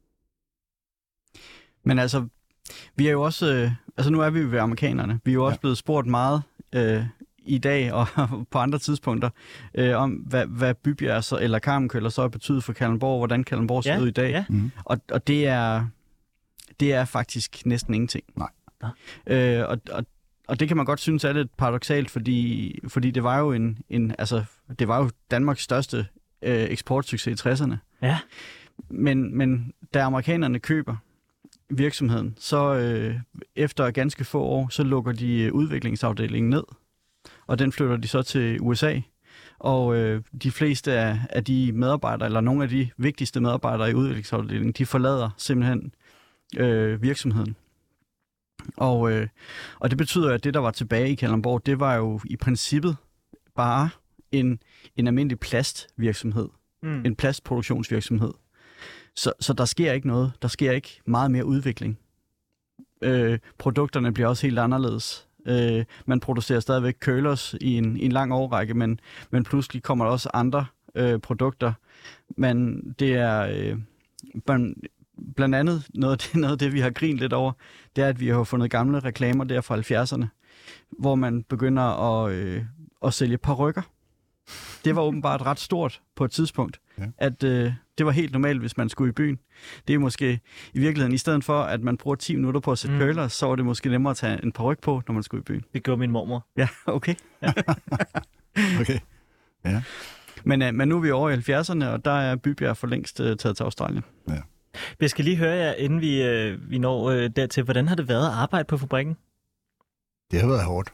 Men altså, vi er jo også... altså, nu er vi ved amerikanerne. Vi er jo også blevet spurgt meget i dag og på andre tidspunkter om, hvad Bybjerg så, eller Carmen-køller så har betydet for Kalundborg, hvordan Kalundborg ser ud i dag. Ja. Mm. Og det er faktisk næsten ingenting. Nej. Og det kan man godt synes er lidt paradoksalt, fordi det var jo det var jo Danmarks største eksportsucces i 60'erne. Ja. Men da amerikanerne køber virksomheden, så efter ganske få år, så lukker de udviklingsafdelingen ned, og den flytter de så til USA. Og de fleste af de medarbejdere, eller nogle af de vigtigste medarbejdere i udviklingsafdelingen, de forlader simpelthen virksomheden. Og det betyder, at det, der var tilbage i Kalundborg, det var jo i princippet bare en almindelig plastvirksomhed. En plastproduktionsvirksomhed. Så der sker ikke noget. Der sker ikke meget mere udvikling. Produkterne bliver også helt anderledes. Man producerer stadigvæk curlers i en lang årrække, men pludselig kommer der også andre produkter. Men det er blandt andet noget af det, vi har grint lidt over, det er, at vi har fundet gamle reklamer der fra 70'erne, hvor man begynder at sælge parykker. Det var åbenbart ret stort på et tidspunkt, at det var helt normalt, hvis man skulle i byen. Det er måske i virkeligheden, i stedet for, at man bruger 10 minutter på at sætte curlers, så var det måske nemmere at tage en paryk på, når man skulle i byen. Det gjorde min mormor. Ja, okay. Ja. Okay, ja. Men nu er vi over i 70'erne, og der er Bybjerg for længst taget til Australien. Ja. Jeg skal lige høre jer, inden vi når dertil. Hvordan har det været at arbejde på fabrikken? Det har været hårdt.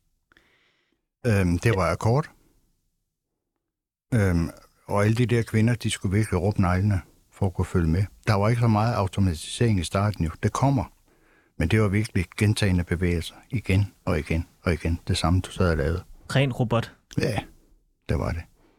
Det var akkord. Og alle de der kvinder, de skulle virkelig råbe neglene for at kunne følge med. Der var ikke så meget automatisering i starten jo. Det kommer. Men det var virkelig gentagende bevægelser. Igen og igen og igen. Det samme, du sad og lavede. Ren robot. Ja, det var det.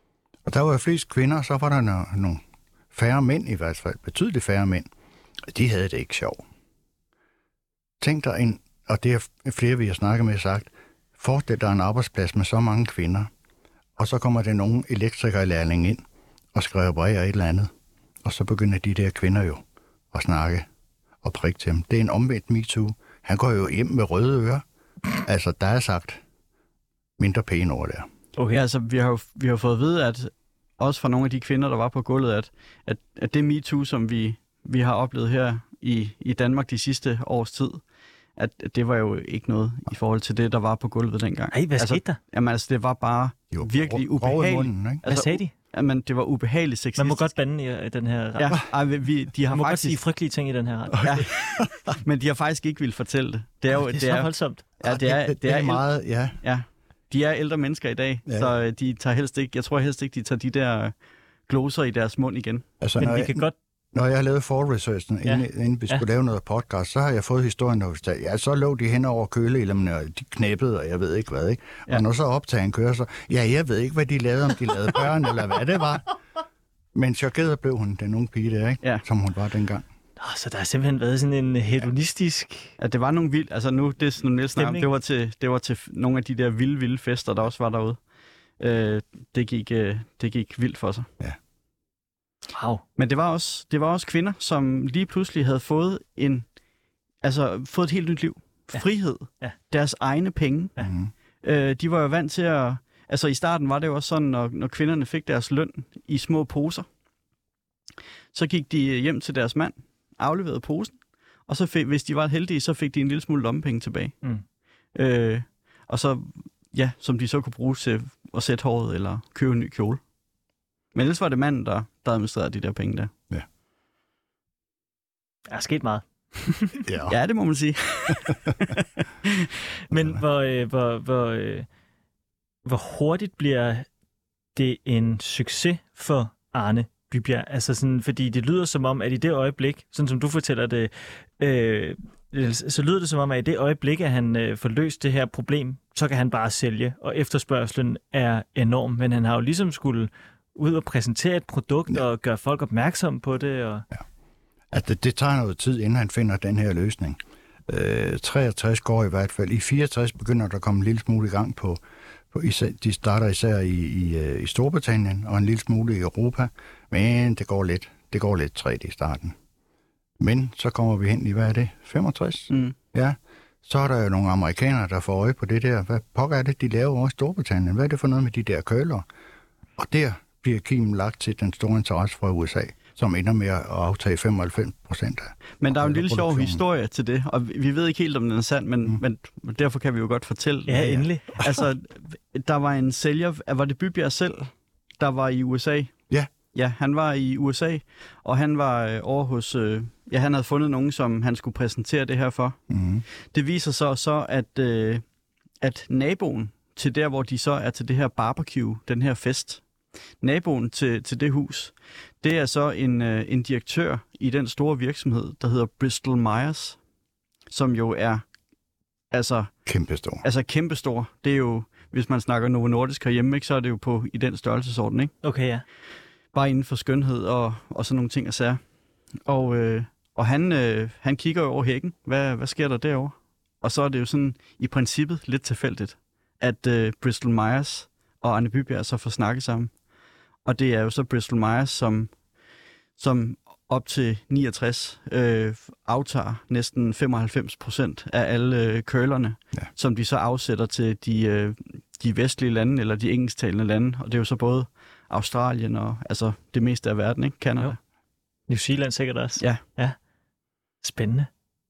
Og der var jo flest kvinder, så var der nogle færre mænd i hvert fald, betydeligt færre mænd. De havde det ikke sjovt. Tænk dig og det er flere, vi har snakket med, sagt, forestil dig en arbejdsplads med så mange kvinder, og så kommer der nogle elektrikerlærling ind og skal reparere et eller andet, og så begynder de der kvinder jo at snakke og prikke til ham. Det er en omvendt MeToo. Han går jo hjem med røde ører. Altså, der er sagt mindre pæne ord der. Okay, altså, vi har fået at vide, at også fra nogle af de kvinder, der var på gulvet, at det MeToo, som vi har oplevet her i Danmark de sidste års tid, at det var jo ikke noget i forhold til det, der var på gulvet dengang. Ej, hvad skete der? Jamen, altså, det var bare virkelig ubehageligt. Munden, ikke? Hvad sagde de? Jamen, det var ubehageligt sexistisk. Man må godt bande i den her ret. Ja, de har man må faktisk godt sige frygtelige ting i den her ret. Ja. Men de har faktisk ikke ville fortælle det. Det er jo det er så voldsomt. Ja, det er meget, ja. Ja. De er ældre mennesker i dag, så de tager helst ikke, jeg tror helst ikke, de tager de der gloser i deres mund igen. Altså, men vi kan godt... Når jeg har lavet forresearchen, inden vi skulle lave noget podcast, så har jeg fået historien, der fortalte, ja, så lå de hen over køleelemene, og de knæppede, og jeg ved ikke hvad, ikke? Og når så optagen kører, så, jeg ved ikke, hvad de lavede, om de lavede børn, eller hvad det var. Men chokeret blev hun, den unge pige der, ikke? Ja. Som hun var dengang. Så der har simpelthen været sådan en hedonistisk... Ja, det var nogle vildt, altså nu, det er sådan Niels navn, det var til nogle af de der vilde fester, der også var derude. Det gik vildt for sig. Ja. Wow. Men det var også kvinder, som lige pludselig havde fået et helt nyt liv. Frihed. Ja. Deres egne penge. Ja. De var jo vant til at... Altså i starten var det jo også sådan, når kvinderne fik deres løn i små poser, så gik de hjem til deres mand, afleverede posen, og så hvis de var heldige, så fik de en lille smule lommepenge tilbage. Og så, som de så kunne bruge til at sætte håret eller købe en ny kjole. Men ellers var det manden, der administrerede de der penge der. Ja. Der er sket meget. Ja, det må man sige. Men hvor hurtigt bliver det en succes for Arne Bybjerg? Altså sådan, fordi det lyder som om, at i det øjeblik, sådan som du fortæller det, så lyder det som om, at i det øjeblik, at han får løst det her problem, så kan han bare sælge, og efterspørgselen er enorm. Men han har jo ligesom skulle ud og præsentere et produkt og gøre folk opmærksomme på det. Og... Ja. Altså, det tager noget tid, inden han finder den her løsning. 63 går i hvert fald. I 64 begynder der at komme en lille smule i gang på de starter især i Storbritannien og en lille smule i Europa. Men det går lidt træt i starten. Men så kommer vi hen i, hvad er det? 65? Ja. Så er der jo nogle amerikanere, der får øje på det der. Hvad pokker er det, de laver over i Storbritannien? Hvad er det for noget med de der køler? Og der bliver kimen lagt til den store interesse fra USA, som ender med at aftage 95%. Men der er jo en lille sjov historie til det, og vi ved ikke helt, om den er sand, men derfor kan vi jo godt fortælle. Ja, endelig. Altså, der var en sælger, var det Bybjerg selv, der var i USA? Ja. Ja, han var i USA, og han var over hos... han havde fundet nogen, som han skulle præsentere det her for. Det viser sig så, at naboen til der, hvor de så er til det her barbecue, den her fest, naboen til det hus, det er så en direktør i den store virksomhed, der hedder Bristol Myers, som jo er kæmpestor. Altså kæmpestor. Det er jo, hvis man snakker Novo Nordisk herhjemme, ikke, så er det jo i den størrelsesorden, ikke? Okay, ja. Bare inden for skønhed og sådan nogle ting at sige. Og han kigger jo over hækken. Hvad sker der derovre? Og så er det jo sådan i princippet lidt tilfældigt, at Bristol Myers og Arne Bybjerg så får snakket sammen. Og det er jo så Bristol Myers, som op til 69 aftager næsten 95% af alle kølerne, som de så afsætter til de vestlige lande, eller de engelsktalende lande. Og det er jo så både Australien og altså det meste af verden, ikke? Canada. New Zealand sikkert også. Ja. Spændende.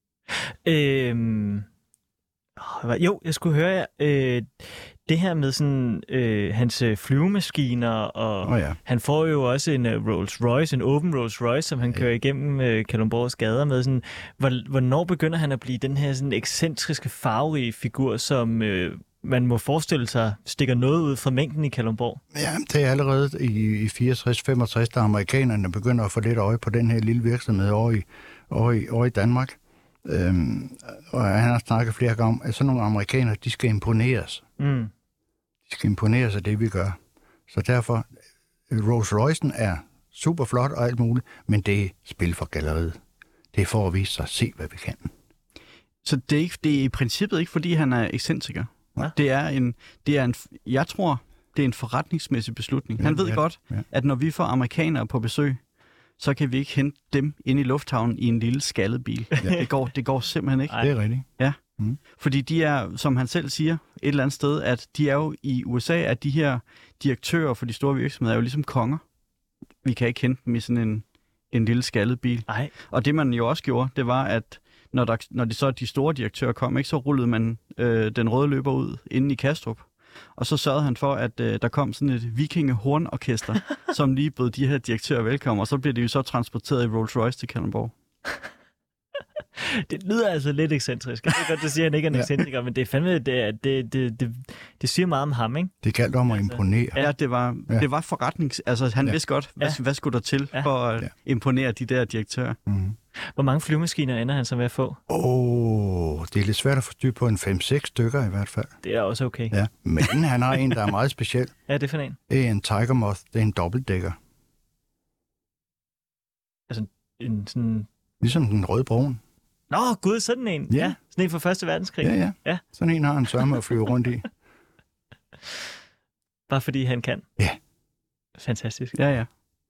Jo, jeg skulle høre det her med sådan hans flyvemaskiner, og han får jo også en Rolls Royce, en åben Rolls Royce, som han kører igennem Kalundborgs gader med. Sådan, hvornår begynder han at blive den her sådan ekscentriske, farverige figur, som man må forestille sig stikker noget ud fra mængden i Kalundborg? Ja, det er allerede i 64-65, da amerikanerne begynder at få lidt øje på den her lille virksomhed over i Danmark. Og han har snakket flere gange om, at sådan nogle amerikanere, de skal imponeres. De skal imponeres af det, vi gør. Så derfor, Rolls Royce'en er super flot og alt muligt, men det er spil for galleriet. Det er for at vise sig, se hvad vi kan. Så det er i princippet ikke, fordi han er ekscentriker. Ja. Jeg tror, det er en forretningsmæssig beslutning. Han ved godt, at når vi får amerikanere på besøg, så kan vi ikke hente dem ind i lufthavnen i en lille skaldet bil. Ja. Det går simpelthen ikke. Det er rigtigt. Ja. Fordi de er, som han selv siger, et eller andet sted, at de er jo i USA, at de her direktører for de store virksomheder er jo ligesom konger. Vi kan ikke hente dem i sådan en lille skaldet bil. Ej. Og det man jo også gjorde, det var, at når de store direktører kom, ikke, så rullede man den røde løber ud inde i Kastrup. Og så sørgede han for, at der kom sådan et vikingehornorkester, som lige bød de her direktører velkommen, og så blev de jo så transporteret i Rolls Royce til Kalundborg. Det lyder altså lidt ekscentrisk. Jeg ved godt, det siger, at han ikke er en ekscentriker, men det er fandme, det siger meget om ham, ikke? Det galt om at imponere. Ja, det var forretnings... Altså, han vidste godt, hvad skulle der til for at imponere de der direktører. Mm. Hvor mange flyvemaskiner ender han så ved at få? Det er lidt svært at få styr på en 5-6 stykker i hvert fald. Det er også okay. Ja, men han har en, der er meget speciel. Ja, det er for en. Det er en Tiger Moth. Det er en dobbeltdækker. Altså en sådan... Ligesom den røde brun. Nå, gud, sådan en. Ja. Sådan en fra 1. verdenskrig. Ja. Sådan en har han sørme at flyve rundt i. Bare fordi han kan. Ja. Fantastisk. Ja.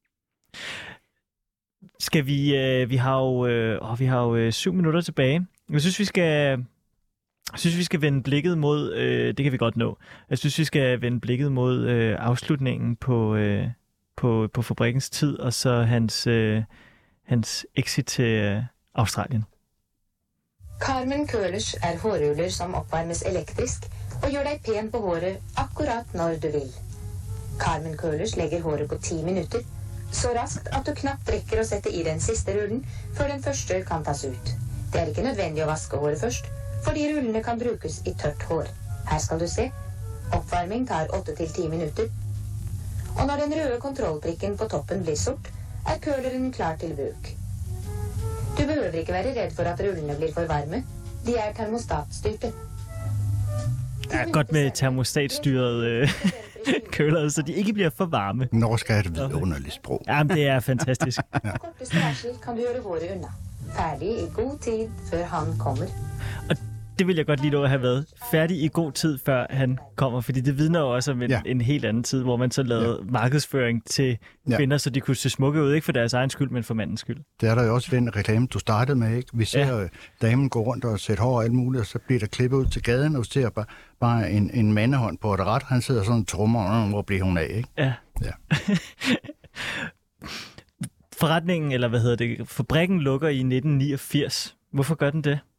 Skal vi har jo 7 minutter tilbage. Jeg synes, vi skal vende blikket mod, det kan vi godt nå. Jeg synes, vi skal vende blikket mod afslutningen på fabrikkens tid, og så hans exit til Australien. Carmen Curlers er hårruller som opvarmes elektrisk og gjør deg pen på håret akkurat når du vil. Carmen Curlers legger håret på 10 minutter, så raskt at du knapt rekker å sette i den siste rullen før den første kan tas ut. Det er ikke nødvendig å vaske håret først, fordi rullene kan brukes i tørt hår. Her skal du se. Oppvarming tar 8-10 minutter. Og når den røde kontrollprikken på toppen blir sort, er curleren klar til bruk. Du behøver ikke være redd for at rullene blir for varme. De er termostatstyrte. Ja, godt med termostatstyret curler, så de ikke bliver for varme. Norsk er et vidunderligt sprog. Jamen, det er fantastisk. Korteste varsel kan du gjøre håret unna. Færdig i god tid før han kommer. Og det vil jeg godt lige nå at have været. Færdig i god tid, før han kommer, fordi det vidner jo også om en helt anden tid, hvor man så lavede markedsføring til kvinder, så de kunne se smukke ud, ikke for deres egen skyld, men for mandens skyld. Det er der jo også den reklame, du startede med, ikke? Vi ser damen gå rundt og sætte hår og alt muligt, og så bliver der klippet ud til gaden, og ser bare en mandehånd på et ret. Han sidder sådan og trommer, hvor bliver hun af, ikke? Ja. Forretningen, eller fabrikken lukker i 1989. Hvorfor gør den det?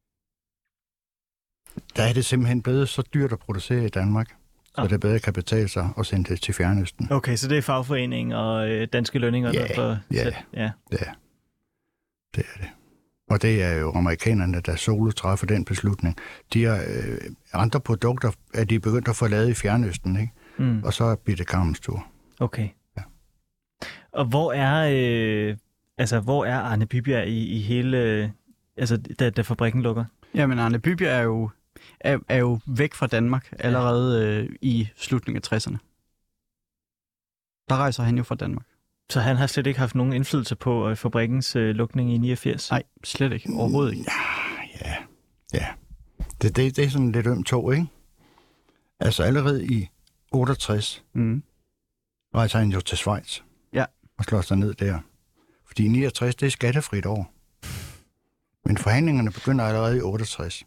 Der er det simpelthen blevet så dyrt at producere i Danmark, så det bedre kan betale sig at sende det til Fjernøsten. Okay, så det er fagforeningen og danske lønninger, der får sat... Ja, det er det. Og det er jo amerikanerne, der solo træffer den beslutning. De har andre produkter, at de er begyndt at få lavet i Fjernøsten, ikke? Mm. Og så bliver det Carmens tur. Okay. Ja. Og hvor er Arne Bybjerg i hele... da fabrikken lukker? Jamen, Arne Bybjerg er jo væk fra Danmark allerede i slutningen af 60'erne. Der rejser han jo fra Danmark. Så han har slet ikke haft nogen indflydelse på fabrikkens lukning i 89? Nej, slet ikke. Overhovedet ikke. Ja. Det er sådan lidt ømt tog, ikke? Altså allerede i 68 rejser han jo til Schweiz. Ja. Og slår sig ned der. Fordi 69, det er skattefrit år. Men forhandlingerne begynder allerede i 68.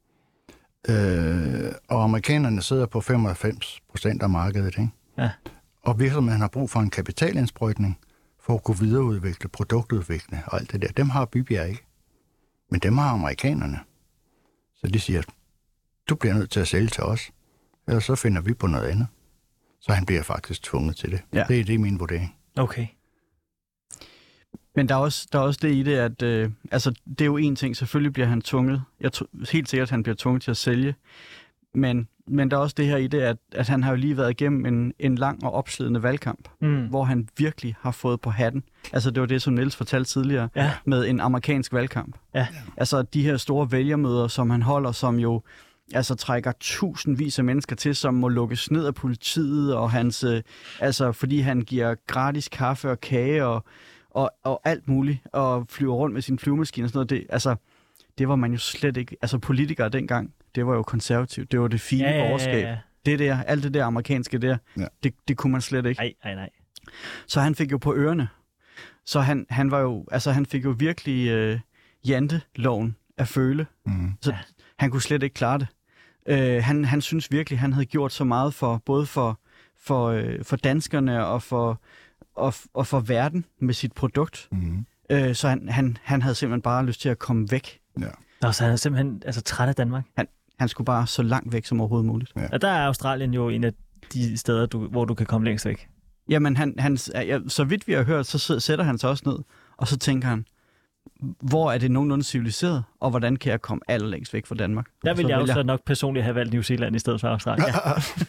Og amerikanerne sidder på 95% af markedet, ikke? Ja. Og virksomheden har brug for en kapitalindsprøjtning for at kunne videreudvikle, produktudvikle og alt det der. Dem har Bybjerg ikke. Men dem har amerikanerne. Så de siger, du bliver nødt til at sælge til os, ellers så finder vi på noget andet. Så han bliver faktisk tvunget til det. Ja. Det er min vurdering. Okay. Men der er også det i det, at det er jo en ting, selvfølgelig bliver han tvunget. Helt sikkert, at han bliver tvunget til at sælge. Men der er også det her i det, at han har jo lige været igennem en lang og opslidende valgkamp, hvor han virkelig har fået på hatten. Altså det var det, som Niels fortalte tidligere, med en amerikansk valgkamp. Ja. Altså de her store vælgermøder, som han holder, som jo altså trækker tusindvis af mennesker til, som må lukkes ned af politiet, og hans, fordi han giver gratis kaffe og kage og alt muligt, og flyver rundt med sin flyvemaskine og sådan noget. Det var man jo slet ikke. Altså politikere dengang, det var jo konservativt. Det var det fine borgerskab. Ja. Det der, alt det der amerikanske der, det kunne man slet ikke. Nej. Så han fik jo på ørerne. Så han var jo, han fik jo virkelig janteloven at føle. Så han kunne slet ikke klare det. Han synes virkelig, han havde gjort så meget for både for danskerne og for verden med sit produkt. Så han havde simpelthen bare lyst til at komme væk. Ja. Så han er simpelthen træt af Danmark? Han skulle bare så langt væk som overhovedet muligt. Ja. Og der er Australien jo en af de steder, hvor du kan komme længst væk. Jamen, så vidt vi har hørt, så sætter han sig også ned, og så tænker han, hvor er det nogenlunde civiliseret, og hvordan kan jeg komme allerlængst væk fra Danmark? Der vil jeg jo så nok personligt have valgt New Zealand i stedet for Australien. Ja.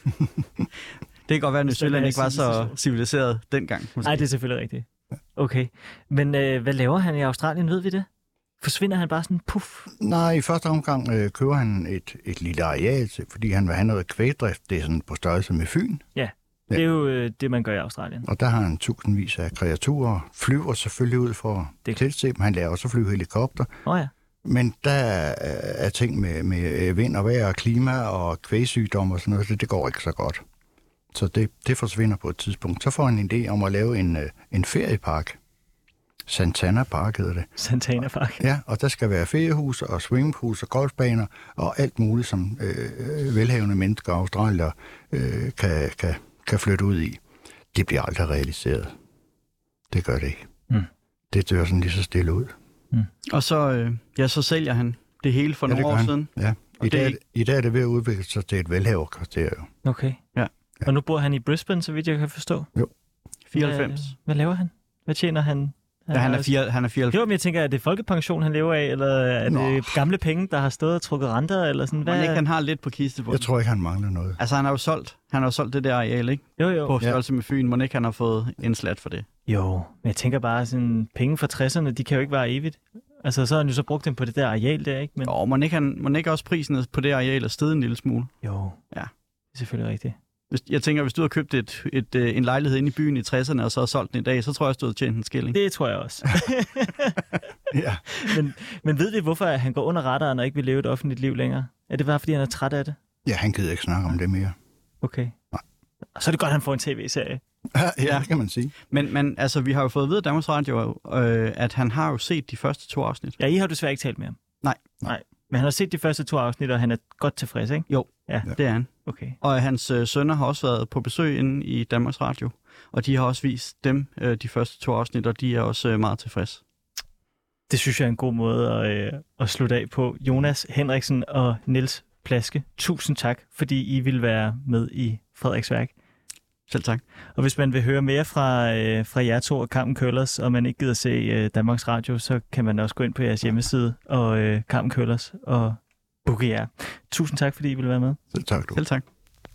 Det kan godt være, at New Zealand ikke var så civiliseret dengang. Nej, det er selvfølgelig rigtigt. Okay. Men hvad laver han i Australien, ved vi det? Forsvinder han bare sådan puff? Nej, i første omgang køber han et lille areal, fordi han vil have noget kvægdrift. Det er sådan på størrelse med Fyn. Ja, det er jo det, man gør i Australien. Og der har han tusindvis af kreaturer. Flyver selvfølgelig ud for at tilse dem. Han lærer også at flyve helikopter. Ja. Men der er ting med vind og vejr og klima og kvægsygdom og sådan noget, det går ikke så godt. Så det forsvinder på et tidspunkt. Så får han en idé om at lave en feriepark. Santana Park hedder det. Santana Park? Ja, og der skal være feriehus og swimmingpools og golfbaner og alt muligt, som velhavende mennesker og australier kan flytte ud i. Det bliver aldrig realiseret. Det gør det ikke. Det dør sådan lige så stille ud. Og så sælger han det hele for nogle år siden. Ja. I dag er det ved at udvikle sig til et velhaverkvarter jo. Okay. Ja. Og nu bor han i Brisbane, så vidt jeg kan forstå. Jo. 94. Hvad laver han? Hvad tjener han? Han er 94. Jo, men jeg tænker, er det folkepension, han lever af, eller er det gamle penge, der har stået og trukket renter, eller sådan? Hvad? Han har lidt på kistebunden. Jeg tror ikke, han mangler noget. Altså, han har jo solgt det der areal, ikke? Jo. På størrelse med Fyn. Må ikke han har fået en slat for det? Jo, men jeg tænker bare, sådan penge fra 60'erne, de kan jo ikke være evigt. Altså, så har han jo så brugt dem på det der areal der, ikke? Men... Jo, må ikke også prisen på det areal er steget en lille smule? Jo, ja. Det er selvfølgelig rigtigt. Jeg tænker, hvis du havde købt en lejlighed inde i byen i 60'erne, og så havde solgt den i dag, så tror jeg, at du havde tjent en skilling. Det tror jeg også. Ja. Men ved vi, hvorfor han går under radaren og ikke vil leve et offentligt liv længere? Er det bare, fordi han er træt af det? Ja, han gider ikke snakke om det mere. Okay. Nej. Så er det godt, at han får en tv-serie. Ja, det kan man sige. Men altså, vi har jo fået at vide af Danmarks Radio, at han har jo set de første 2 afsnit. Ja, I har desværre ikke talt med ham. Nej. Men han har set de første 2 afsnit, og han er godt tilfreds, ikke? Jo, ja. Det er han. Okay. Og hans sønner har også været på besøg inde i Danmarks Radio, og de har også vist dem de første 2 afsnit, og de er også meget tilfredse. Det synes jeg er en god måde at slutte af på. Jonas Henriksen og Niels Plaske, tusind tak, fordi I ville være med i Frederiksværk. Selv tak. Og hvis man vil høre mere fra jer to og Carmen Køllers, og man ikke gider se Danmarks Radio, så kan man også gå ind på jeres hjemmeside og Carmen Køllers og booke jer. Tusind tak, fordi I ville være med. Selv tak, du. Selv tak.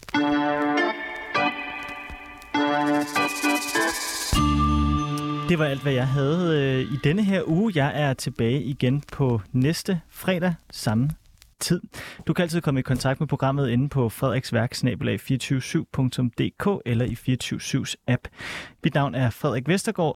Det var alt, hvad jeg havde i denne her uge. Jeg er tilbage igen på næste fredag, samme tid. Du kan altid komme i kontakt med programmet inde på frederiksværk@247.dk eller i 24/7's app. Mit navn er Frederik Vestergaard,